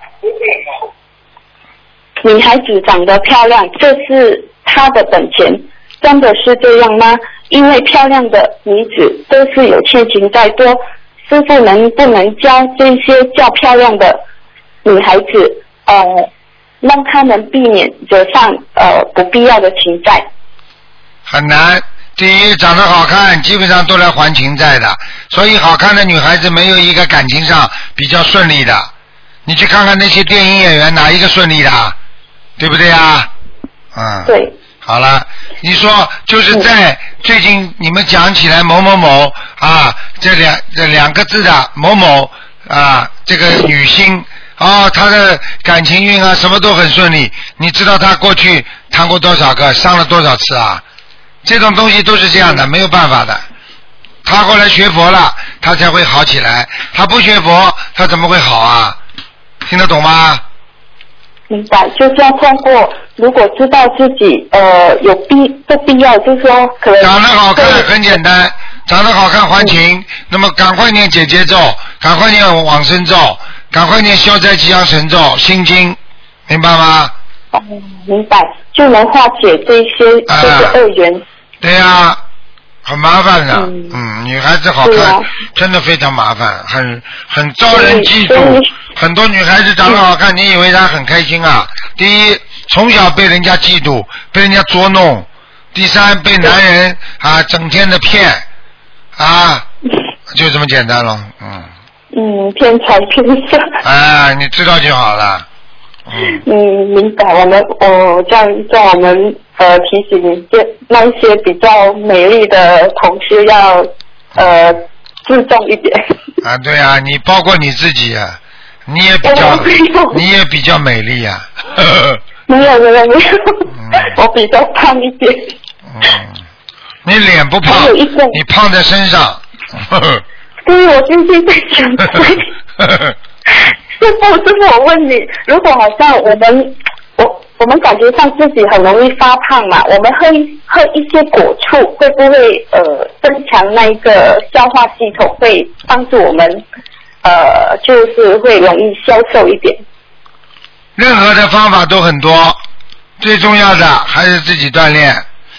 女孩子长得漂亮，这是她的本钱，真的是这样吗？因为漂亮的女子都是有欠情在多，师父能不能教这些较漂亮的女孩子，呃，让她们避免惹上呃不必要的情债？ 很难。第一，长得好看，基本上都来还情债的，所以好看的女孩子没有一个感情上比较顺利的。你去看看那些电影演员，哪一个顺利的？对不对啊？嗯。 对。 好了，你说就是在最近你们讲起来某某某啊，这两这两个字的某某啊，这个女星哦，她的感情运啊什么都很顺利。你知道她过去谈过多少个，伤了多少次啊？这种东西都是这样的，没有办法的。他后来学佛了，他才会好起来。他不学佛，他怎么会好啊？听得懂吗？ 明白，就是要通过，如果知道自己呃有必不必要，就是说可能。 长得好看很简单，长得好看还情，嗯、那么赶快念解结咒，赶快念往生咒，赶快念消灾吉祥神咒、心经，明白吗？ 哦，明白，就能化解这些这些恶缘。啊对呀、啊，很麻烦的，嗯，嗯女孩子好看、啊、真的非常麻烦，很很招人嫉妒。很多女孩子长得好看，嗯、你以为她很开心啊？第一，从小被人家嫉妒，被人家捉弄；第三，被男人啊整天的骗，啊，就这么简单了，嗯。 嗯，骗财骗色。 哎，你知道就好了。 嗯, 嗯，明白。我们我这样叫我们呃提醒这那一些比较美丽的同事要呃自重一点。 啊，对啊，你包括你自己啊，你也比较你也比较美丽啊。 没有没有没有，嗯、我比较胖一点。 嗯，你脸不胖，你胖在身上。 对，我最近在减肥。师傅，师傅，我问你，如果好像我们我我们感觉上自己很容易发胖嘛，我们喝喝一些果醋，会不会呃增强那一个消化系统，会帮助我们呃就是会容易消瘦一点？ 任何的方法都很多，最重要的还是自己锻炼。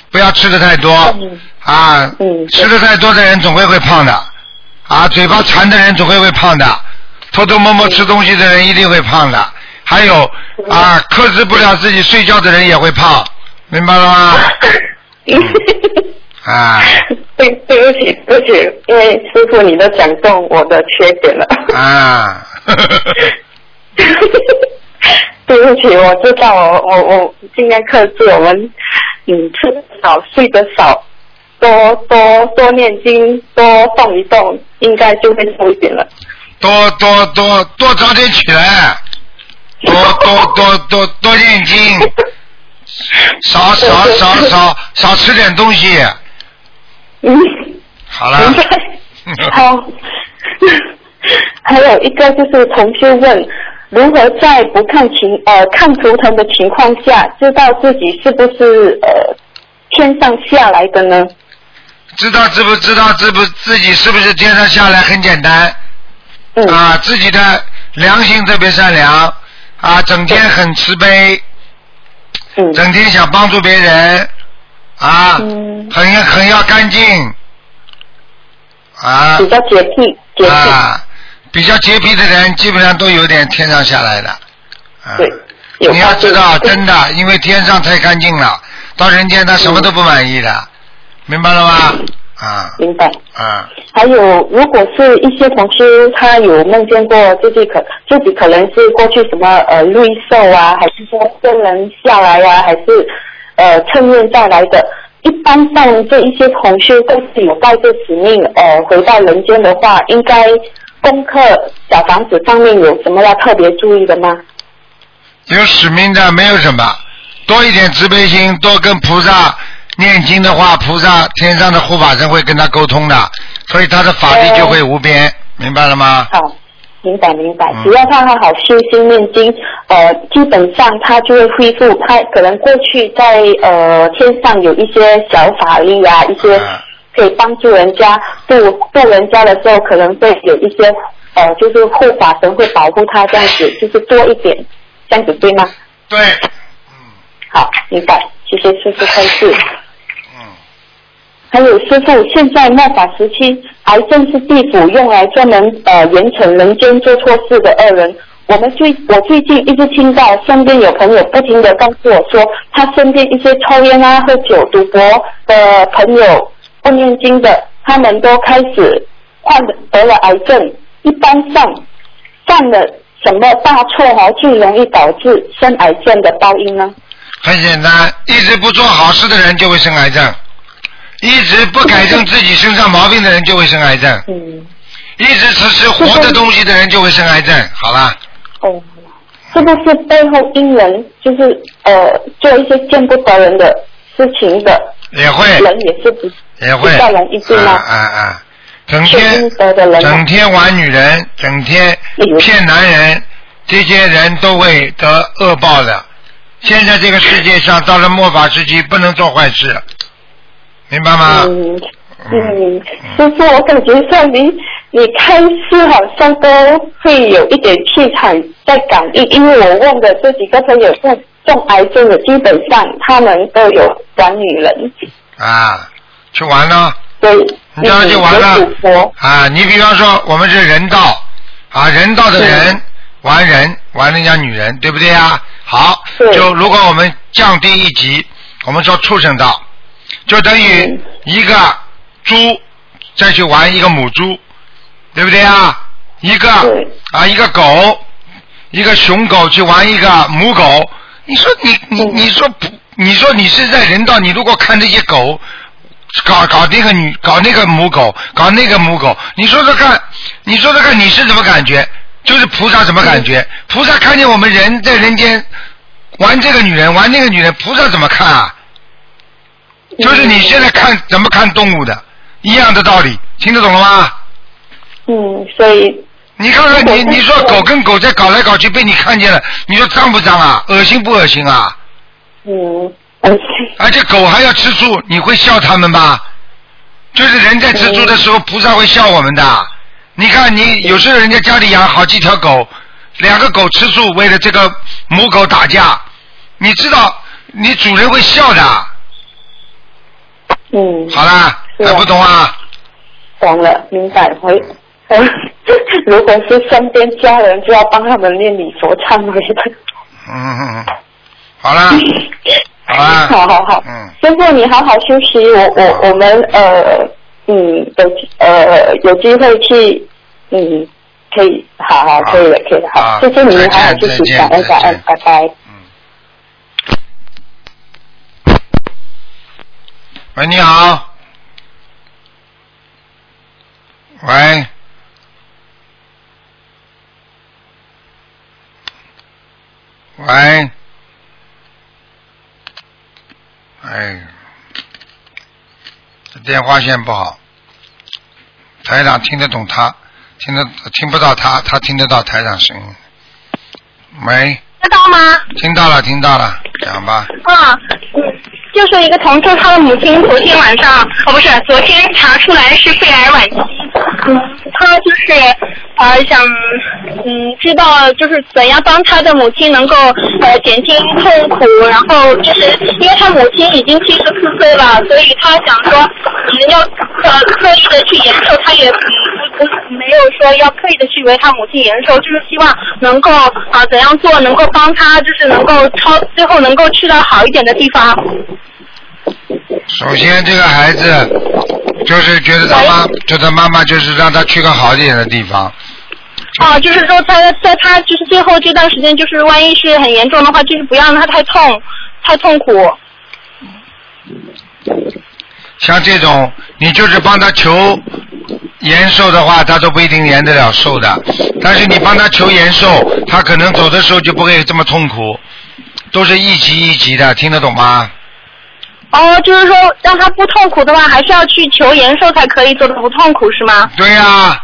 不要吃的太多、嗯、啊、嗯，吃的太多的人总会会胖的啊，嘴巴馋的人总会会胖的，偷偷摸摸吃东西的人一定会胖的，还有啊克制不了自己睡觉的人也会胖，明白了吗？啊， 对对不起对不起，因为师父你都讲中我的缺点了啊。 对不起，我知道我我我尽量克制，我们嗯吃得少睡得少，多多多念经，多动一动，应该就会瘦一点了。 多多多多早点起来，多多多多多念经，少少少少少吃点东西。 嗯， 好了。 好。还有一个就是同修问，如何在不看情呃看图腾的情况下，知道自己是不是呃天上下来的呢？ 知道知不知道知不自己是不是天上下来很简单，嗯、啊，自己的良心特别善良啊，整天很慈悲，嗯、整天想帮助别人啊，嗯、很很要干净啊， 比较洁癖，洁癖啊。比较洁癖的人基本上都有点天上下来的，啊、 对， 你要知道真的，因为天上太干净了，到人间他什么都不满意的，嗯、明白了吗？啊， 明白。 啊， 还有，如果是一些同事他有梦见过自己可自己可能是过去什么呃绿寿啊，还是说真人下来啊，还是呃趁愿下来的，一般上这一些同事都是有带着使命呃回到人间的话，应该功课小房子方面有什么要特别注意的吗？ 有使命的没有什么，多一点慈悲心，多跟菩萨念经的话，菩萨天上的护法神会跟他沟通的，所以他的法力就会无边，呃、明白了吗？ 好，明白明白。只要他好好修心念经，呃，基本上他就会恢复。他可能过去在呃天上有一些小法力啊，一些。啊可以帮助人家度度人家的时候，可能会有一些呃，就是护法神会保护他，这样子就是多一点，这样子对吗？ 对， 嗯，好，明白，谢谢师父开示。 嗯， 还有师父，现在末法时期，癌症是地府用来专门呃严惩人间做错事的恶人。我们最我最近一直听到身边有朋友不停的告诉我说，他身边一些抽烟啊、喝酒、赌博的朋友。不念经的，他们都开始患得了癌症。一般上犯了什么大错哦，最容易导致生癌症的报应呢？ 很简单，一直不做好事的人就会生癌症，一直不改正自己身上毛病的人就会生癌症，嗯，一直吃吃活的东西的人就会生癌症。好了。 哦，是不是背后因人就是呃做一些见不得人的事情的？ 也会。 人也是不。 也会比较容易对吗？ 啊啊啊！整天整天玩女人，整天骗男人，这些人都会得恶报的。现在这个世界上到了末法时期，不能做坏事，明白吗？ 嗯嗯，师父，我感觉上你你开示好像都会有一点气场在感应，因为我问的这几个朋友中中癌症的，基本上他们都有玩女人。 啊。去玩了， 对， 你叫他去玩了啊！你比方说，我们是人道啊，人道的人玩人，玩人家女人，对不对啊？好，就如果我们降低一级，我们说畜生道，就等于一个猪再去玩一个母猪，对不对啊？一个啊一个狗，一个雄狗去玩一个母狗，你说你你你说不？你说你是在人道，你如果看这些狗。搞搞那个女，搞那个母狗，搞那个母狗，你说说看，你说说看，你是什么感觉？就是菩萨什么感觉？菩萨看见我们人在人间玩这个女人，玩那个女人，菩萨怎么看啊？就是你现在看怎么看动物的，一样的道理，听得懂了吗？ 嗯，所以你看看你，你说狗跟狗在搞来搞去，被你看见了，你说脏不脏啊？恶心不恶心啊？ 嗯。 而且狗还要吃素，你会笑他们吧？就是人在吃素的时候，菩萨会笑我们的。你看，你有时候人家家里养好几条狗，两个狗吃素，为了这个母狗打架，你知道，你主人会笑的。 嗯。 好啦，还不懂啊？ 懂了，明白。我，如果是身边家人，就要帮他们念礼佛忏悔的。 嗯嗯嗯，好啦。好啊， 好好好，嗯，师傅你好好休息，我我我们呃嗯有呃有机会去嗯可以，好好可以了可以了，好，谢谢你，好好休息，感恩感恩，拜拜。 嗯。喂，你好。喂。喂。哎，这电话线不好，台长听得懂他，听得听不到他，他听得到台长声音。喂， 听到吗？ 听到了，听到了，讲吧。 啊，嗯，就是一个同事，他的母亲昨天晚上，哦不是，昨天查出来是肺癌晚期，嗯，他就是呃想嗯知道就是怎样帮他的母亲能够呃减轻痛苦，然后就是因为他母亲已经七十四岁了，所以他想说嗯要呃刻意的去延寿，他也不不没有说要刻意的去为他母亲延寿，就是希望能够啊、呃、怎样做能够帮他就是能够超最后能够去到好一点的地方。 首先，这个孩子就是觉得他妈，觉得妈妈就是让他去个好一点的地方。 哦，就是说他在他就是最后这段时间，就是万一是很严重的话，就是不要让他太痛，太痛苦。 像这种，你就是帮他求延寿的话，他都不一定延得了寿的。但是你帮他求延寿，他可能走的时候就不会这么痛苦，都是一级一级的，听得懂吗？ 哦，就是说让他不痛苦的话，还是要去求延寿才可以做的不痛苦，是吗？ 对呀、啊。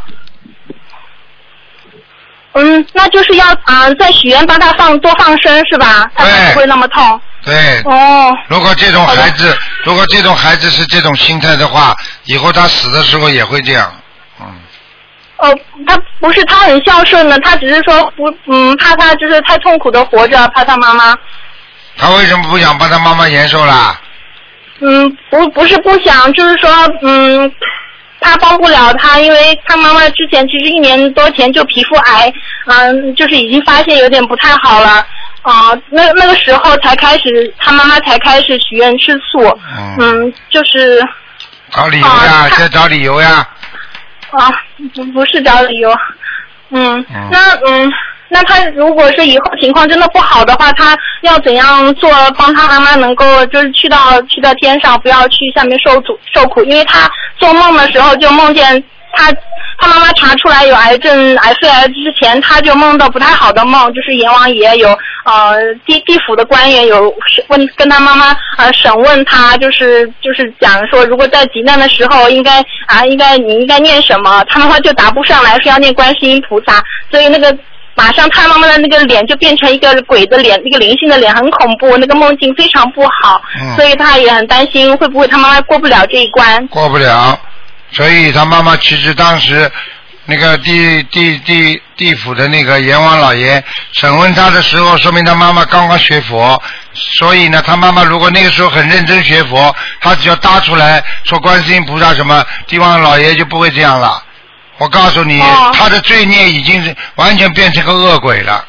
嗯，那就是要啊、呃，在许愿帮他放多放生是吧？他才不会那么痛。 对。 哦。 如果这种孩子，如果这种孩子是这种心态的话，以后他死的时候也会这样。嗯。 哦，他不是他很孝顺的，他只是说不嗯怕他就是太痛苦的活着，怕他妈妈。 他为什么不想帮他妈妈延寿啦？ 嗯，不不是不想，就是说嗯。他帮不了他，因为他妈妈之前其实一年多前就皮肤癌，嗯，就是已经发现有点不太好了，啊、呃，那那个时候才开始，他妈妈才开始许愿吃素，嗯，嗯就是找理由呀，在、啊、找理由呀。 啊，不不是找理由，嗯，嗯那嗯。那他如果是以后情况真的不好的话，他要怎样做帮他妈妈能够就是去到去到天上，不要去下面受苦受苦？因为他做梦的时候就梦见他他妈妈查出来有癌症癌肺癌之前，他就梦到不太好的梦，就是阎王爷有呃地地府的官员有问跟他妈妈呃审问他，就是就是讲说如果在急难的时候应该啊应该你应该念什么，他妈妈就答不上来，说要念观世音菩萨，所以那个。马上他妈妈的那个脸就变成一个鬼的脸，一个灵性的脸，很恐怖，那个梦境非常不好，嗯、所以他也很担心会不会他妈妈过不了这一关。 过不了，所以他妈妈其实当时那个地地地地府的那个阎王老爷审问他的时候，说明他妈妈刚刚学佛，所以呢，他妈妈如果那个时候很认真学佛，他只要搭出来说观世音菩萨什么，地方老爷就不会这样了。我告诉你、哦，他的罪孽已经是完全变成个恶鬼了。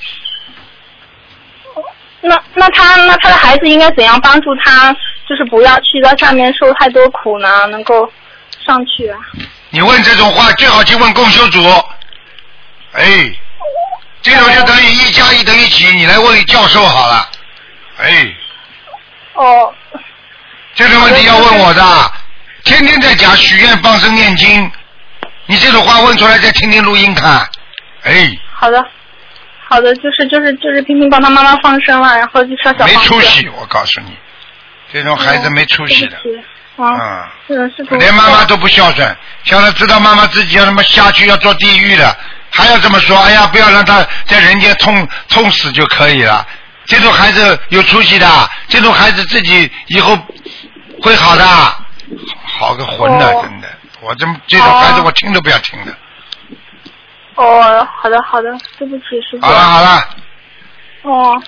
那那他那他的孩子应该怎样帮助他，就是不要去到下面受太多苦呢？能够上去啊？ 你问这种话最好去问共修组。哎，这种就等于一加一等于几，你来问教授好了。哎。 哦。 这个问题要问我的，天天在讲许愿、放生、念经。你这种话问出来，再听听录音看，哎。 好的，好的，就是就是就是拼命帮他妈妈放生了，然后就烧小房子。 没出息，我告诉你，这种孩子没出息的。 嗯。啊。是是。 连妈妈都不孝顺，像他知道妈妈自己要他妈下去要做地狱了，还要这么说，哎呀，不要让他在人间痛痛死就可以了。这种孩子有出息的，这种孩子自己以后会好的，好个混的，哦、真的。我这这种孩子我听都不要听的。 哦，好的好的，对不起师傅。 好了好了。 哦。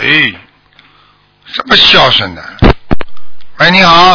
哎，这么孝顺的。喂，你好。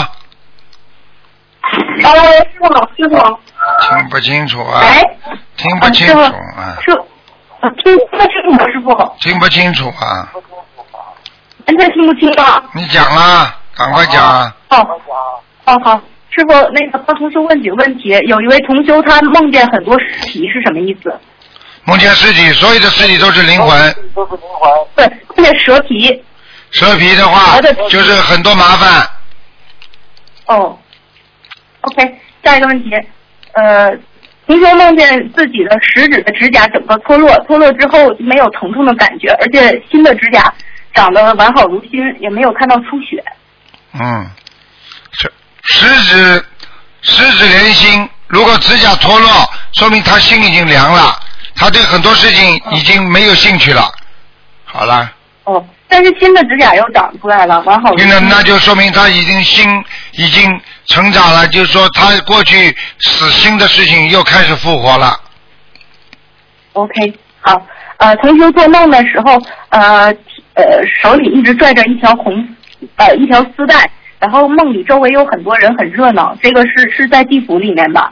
哎，师傅，师傅。 听不清楚啊。 哎。 听不清楚啊。 师傅，听不清楚吗，师傅？ 听不清楚啊。 现在听不清了。 你讲啊，赶快讲啊。 哦，哦好，师傅，那个帮同学问几个问题。有一位同修他梦见很多尸体是什么意思？ 梦见尸体，所有的尸体都是灵魂。 都是灵魂。对，梦见蛇皮。 蛇皮的话，就是很多麻烦。 哦 ，OK， 下一个问题，呃，同学梦见自己的食指的指甲整个脱落，脱落之后没有疼痛的感觉，而且新的指甲长得完好如新，也没有看到出血。 嗯，食食指食指连心，如果指甲脱落，说明他心已经凉了，他对很多事情已经没有兴趣了。好了。 哦，但是新的指甲又长出来了，完好如新。 那那就说明他已经心已经成长了，就是说他过去死心的事情又开始复活了。 OK， 好，呃，同学做梦的时候，呃呃，手里一直拽着一条红呃一条丝带，然后梦里周围有很多人，很热闹，这个是是在地府里面吧？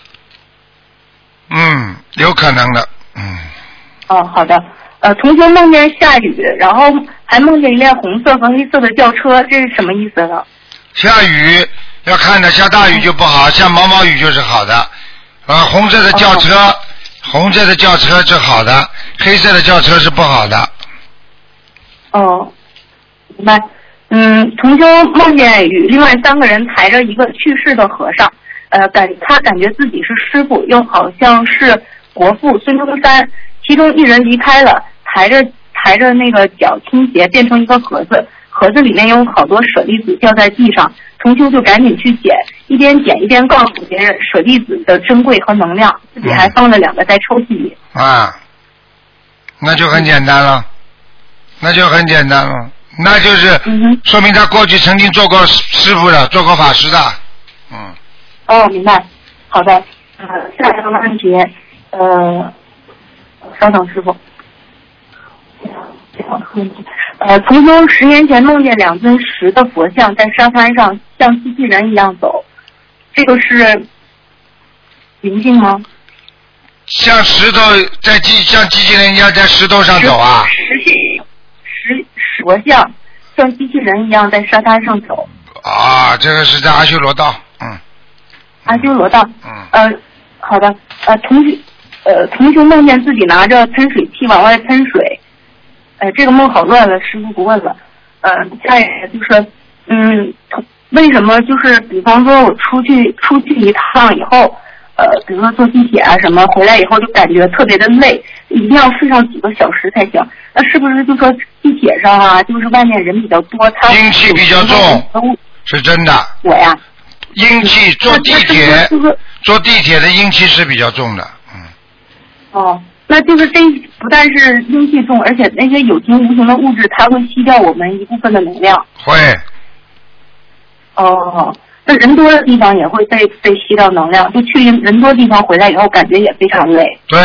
嗯，有可能的，嗯。 哦，好的。呃，同学梦见下雨，然后还梦见一辆红色和黑色的轿车，这是什么意思呢？ 下雨要看的，下大雨就不好，下毛毛雨就是好的。啊，红色的轿车，哦、红色的轿车是好的，黑色的轿车是不好的。 哦，明白。嗯，同修梦见与另外三个人抬着一个去世的和尚，呃，感他感觉自己是师傅，又好像是国父孙中山，其中一人离开了。抬着抬着那个脚倾斜，变成一个盒子，盒子里面有好多舍利子掉在地上，同修就赶紧去捡，一边捡一边告诉别人舍利子的珍贵和能量，自己还放了两个在抽屉里。 啊，那就很简单了，那就很简单了，那就是说明他过去曾经做过师傅的，做过法师的。嗯。 哦，明白。好的。呃，下一个问题，呃，稍等，师傅。呃，同修十年前梦见两尊石的佛像在沙滩上像机器人一样走，这个是灵性吗？ 像石头在机像机器人一样在石头上走啊？ 石石石佛像像机器人一样在沙滩上走。 啊，这个是在阿修罗道，嗯。 阿修罗道。 嗯。 呃，好的。呃，同学，呃，同学梦见自己拿着喷水器往外喷水。呃，这个梦好乱了，师傅不问了。呃，下一个就是，嗯，为什么就是比方说我出去出去一趟以后，呃，比如说坐地铁啊什么，回来以后就感觉特别的累，一定要睡上几个小时才行。那是不是就说地铁上啊，就是外面人比较多，他阴气比较重，是真的。 我呀。 阴气坐地铁，坐地铁的阴气是比较重的，嗯。 哦。那就是这不但是阴气重，而且那些有形无形的物质，它会吸掉我们一部分的能量。 会。 哦，那人多的地方也会被被吸掉能量，就去人多地方回来以后，感觉也非常累。 对。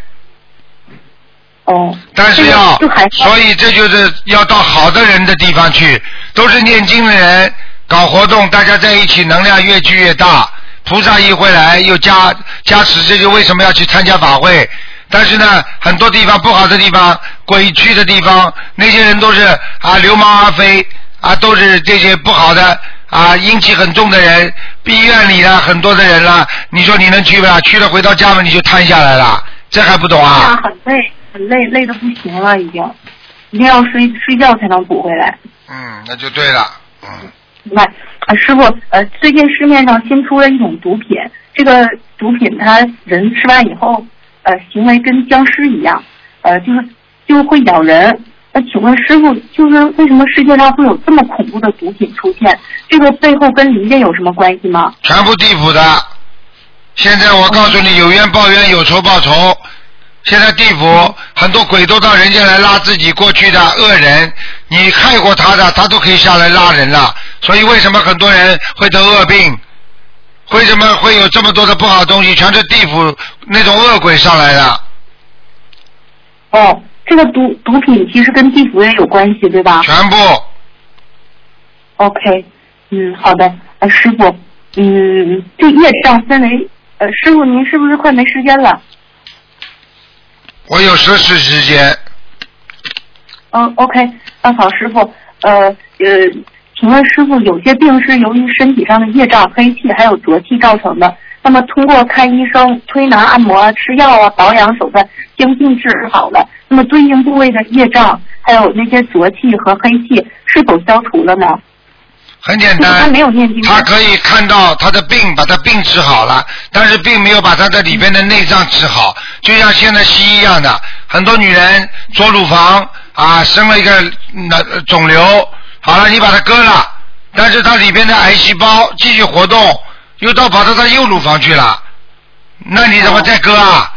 哦。 但是要，所以这就是要到好的人的地方去，都是念经的人搞活动，大家在一起，能量越聚越大。菩萨一回来又加加持，这就为什么要去参加法会。但是呢，很多地方不好的地方，鬼区的地方，那些人都是啊流氓阿飞啊，都是这些不好的啊阴气很重的人，医院里啊很多的人啦，你说你能去不啦？去了回到家门你就瘫下来了，这还不懂啊？ 啊，很累，很累，累得不行了，已经，一定要睡睡觉才能补回来。 嗯，那就对了，嗯。 明白。啊，师傅，呃，最近市面上新出了一种毒品，这个毒品它人吃完以后。呃，行为跟僵尸一样，呃，就是就会咬人。那请问师傅，就是为什么世界上会有这么恐怖的毒品出现？这个背后跟灵界有什么关系吗？ 全部地府的。现在我告诉你，有冤报冤，有仇报仇。现在地府很多鬼都到人间来拉自己过去的恶人，你害过他的，他都可以下来拉人了。所以为什么很多人会得恶病？为什么会有这么多的不好的东西？全是地府那种恶鬼上来的。 哦， 这个毒毒品其实跟地府也有关系，对吧？ 全部。 OK， 嗯，好的，呃，师傅，嗯，这业障分为，呃，师傅您是不是快没时间了？ 我有奢侈时间。 嗯 ，OK， 啊，好，师傅，呃呃，请问师傅，有些病是由于身体上的业障、黑气还有浊气造成的，那么通过看医生、推拿、按摩、吃药啊、保养手段将病治好了，那么对应部位的业障还有那些浊气和黑气是否消除了呢？ 很简单， 他没有念经， 他可以看到他的病，把他病治好了，但是并没有把他的里边的内脏治好。就像现在西医一样的，很多女人左乳房啊生了一个那肿瘤，好了，你把它割了，但是它里边的癌细胞继续活动，又到跑到他右乳房去了，那你怎么再割啊？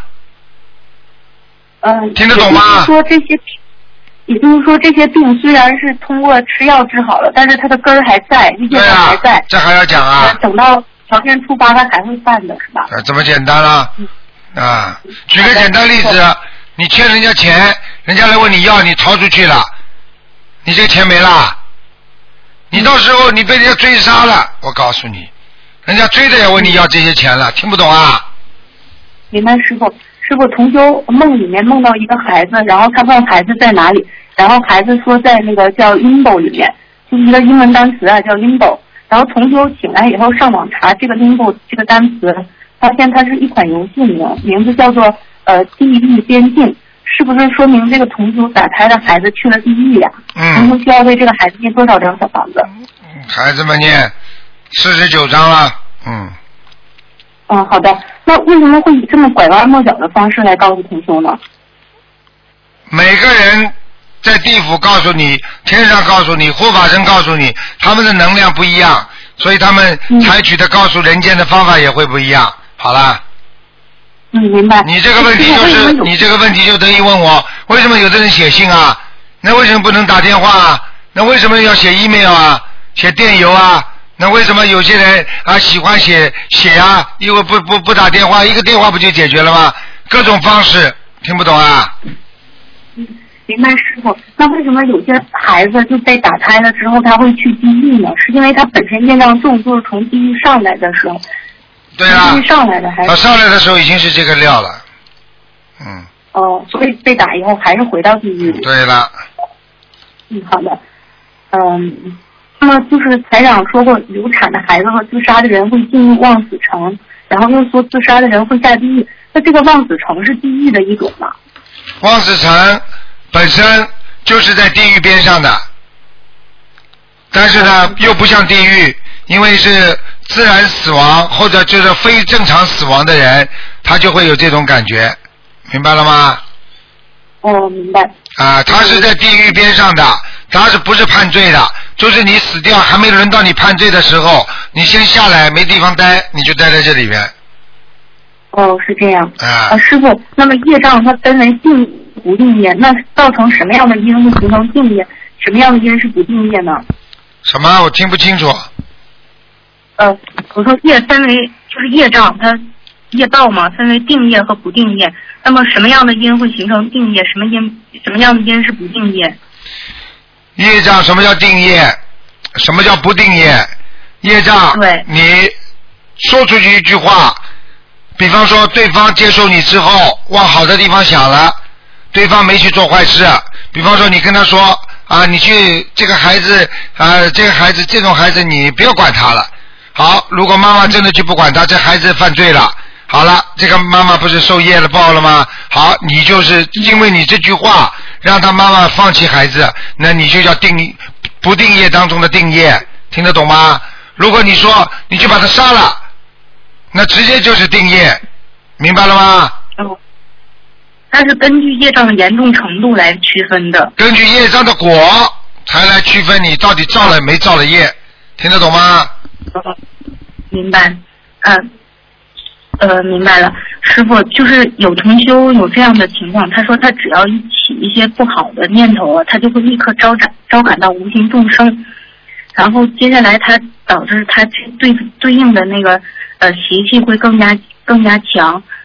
嗯， 听得懂吗？ 说这些。也就是说，这些病虽然是通过吃药治好了，但是它的根儿还在，业障还在。 啊、这还要讲啊？ 等到条件触发，它还会犯的，是吧？ 啊，这么简单了、嗯、啊！举个简单例子，你欠人家钱，人家来问你要，你掏出去了，你这钱没了，你到时候你被人家追杀了，我告诉你，人家追着也问你要这些钱了，听不懂啊？ 明白，师傅。师傅，同修梦里面梦到一个孩子，然后他问孩子在哪里，然后孩子说在那个叫 limbo 里面，就是一个英文单词啊，叫 limbo。然后同修醒来以后上网查这个 limbo 这个单词，发现它是一款游戏名，名字叫做呃地狱边境，是不是说明这个同修打胎的孩子去了地狱呀、啊？ 嗯。 同修需要为这个孩子念多少张小房子？ 孩子们念四十九张了，嗯。 嗯，好的。那为什么会以这么拐弯抹角的方式来告诉同修呢？ 每个人在地府告诉你，天上告诉你，护法神告诉你，他们的能量不一样，所以他们采取的告诉人间的方法也会不一样。好了。 嗯，明白。 你这个问题就是，你这个问题就等于问我，为什么有的人写信啊？那为什么不能打电话啊？那为什么要写 email 啊？写电邮啊？那为什么有些人啊喜欢写写啊？因为不不不打电话，一个电话不就解决了吗？各种方式，听不懂啊？ 嗯，明白师傅。那为什么有些孩子就被打胎了之后他会去地狱呢？是因为他本身业障重，就是从地狱上来的时候。 对啊。 地狱上来的还是？ 他上来的时候已经是这个料了。嗯。 哦，所以被打以后还是回到地狱。 对了。 嗯，好的。嗯。那么就是台长说过，流产的孩子和自杀的人会进入望死城，然后又说自杀的人会下地狱。那这个望死城是地狱的一种吗？ 望死城本身就是在地狱边上的，但是呢又不像地狱，因为是自然死亡或者就是非正常死亡的人，他就会有这种感觉，明白了吗？ 哦，明白。 啊，他是在地狱边上的，他是不是判罪的？就是你死掉还没轮到你判罪的时候，你先下来没地方待，你就待在这里边。 哦，是这样。 啊， 啊师傅，那么业障它分为定不定业，那造成什么样的因会形成定业？什么样的因是不定业呢？ 什么？我听不清楚。 呃，我说业分为就是业障，它业道嘛，分为定业和不定业。那么什么样的因会形成定业？什么因什么样的因是不定业？ 业障什么叫定业？什么叫不定业？业障， 对， 你说出去一句话，比方说对方接受你之后往好的地方想了，对方没去做坏事，比方说你跟他说啊，你去这个孩子啊，这个孩子这种孩子你不要管他了。好，如果妈妈真的去不管他，这孩子犯罪了，好了，这个妈妈不是受业了报了吗？好，你就是因为你这句话让他妈妈放弃孩子，那你就叫定不定业当中的定业，听得懂吗？如果你说你就把他杀了，那直接就是定业，明白了吗？ 哦，它是根据业障的严重程度来区分的。 根据业障的果才来区分你到底造了没造了业，听得懂吗？ 哦，明白。嗯。呃，明白了，师傅，就是有同修有这样的情况，他说他只要一起一些不好的念头啊，他就会立刻招感招感到无形众生，然后接下来他导致他对对应的那个呃习气会更加更加强，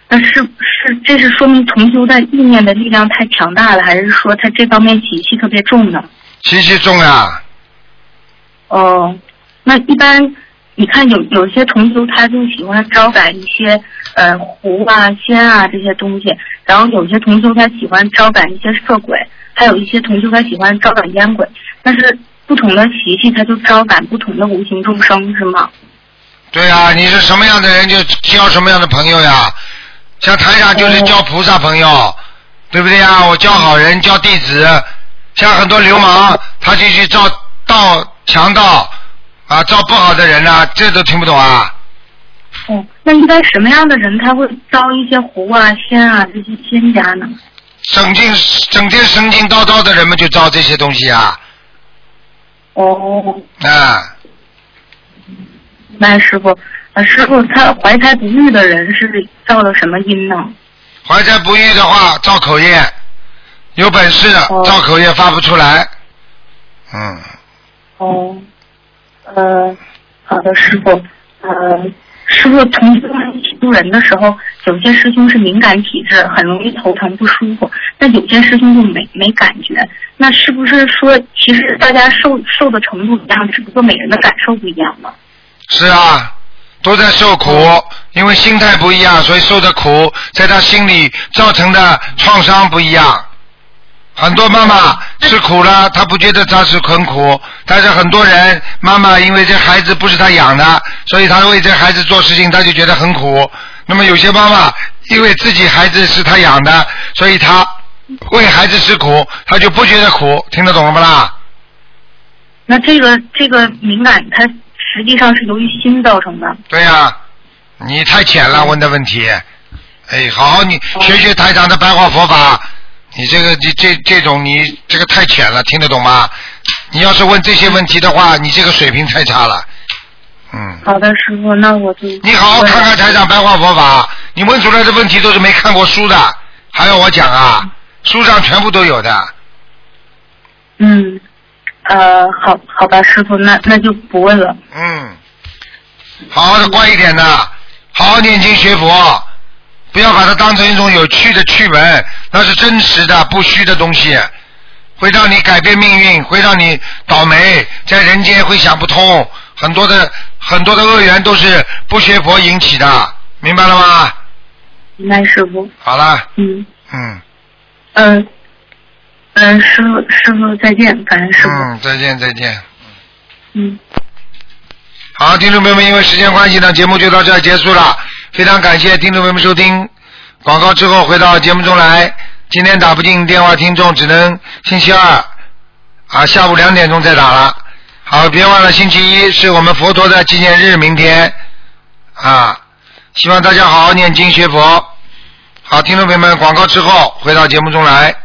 那是是这是说明同修的意念的力量太强大了，还是说他这方面习气特别重呢？ 习气重啊。 哦，那一般你看有有些同修他就喜欢招感一些呃狐啊仙啊这些东西，然后有些同修他喜欢招感一些色鬼，还有一些同修他喜欢招感烟鬼，但是不同的习气他就招感不同的无形众生，是吗？ 对啊，你是什么样的人就交什么样的朋友呀。像台长就是交菩萨朋友，哦、对不对呀？我交好人，交弟子。像很多流氓，他就去招盗强盗啊，招不好的人啊，这都听不懂啊。 哦，那一般什么样的人他会招一些狐啊、仙啊这些仙家呢？ 整天整天神经叨叨的人们就招这些东西啊。 哦。 啊。 那师傅，呃，师傅，他怀胎不育的人是造了什么因呢？ 怀胎不育的话，造口业，有本事造口业发不出来。嗯。 哦。呃，好的，师傅，呃，师傅同修一起渡人的时候，有些师兄是敏感体质，很容易头疼不舒服，但有些师兄就没没感觉。那是不是说，其实大家受受的程度一样，只不过每人的感受不一样吗？ 是啊，都在受苦，因为心态不一样，所以受的苦在他心里造成的创伤不一样。很多妈妈吃苦了，她不觉得她是很苦，但是很多人妈妈因为这孩子不是她养的，所以她为这孩子做事情，她就觉得很苦。那么有些妈妈因为自己孩子是她养的，所以她为孩子吃苦，她就不觉得苦，听得懂了不啦？ 那这个这个敏感，它实际上是由于心造成的。 对呀、啊，你太浅了问的问题。哎，好好你学学台长的白话佛法。你这个你这这种你这个太浅了，听得懂吗？你要是问这些问题的话，你这个水平太差了。嗯。 好的，师傅，那我就。 你好好看看台长白话佛法，你问出来的问题都是没看过书的，还要我讲啊？书上全部都有的。 嗯，呃，好好吧，师傅，那那就不问了。 嗯，好好的乖一点的，好好念经学佛。不要把它当成一种有趣的趣闻，那是真实的不虚的东西，会让你改变命运，会让你倒霉，在人间会想不通，很多的很多的恶缘都是不学佛引起的，明白了吗？ 明白，师傅。 好了。 嗯。 嗯。 嗯。嗯，师傅，师傅再见，感恩师傅。 嗯，再见，再见。 嗯。 好，听众朋友们，因为时间关系呢，节目就到这儿结束了。非常感谢听众朋友们收听，广告之后回到节目中来。今天打不进电话，听众只能星期二啊下午两点钟再打了。好，别忘了星期一是我们佛陀的纪念日，明天啊，希望大家好好念经学佛。好，听众朋友们，广告之后回到节目中来。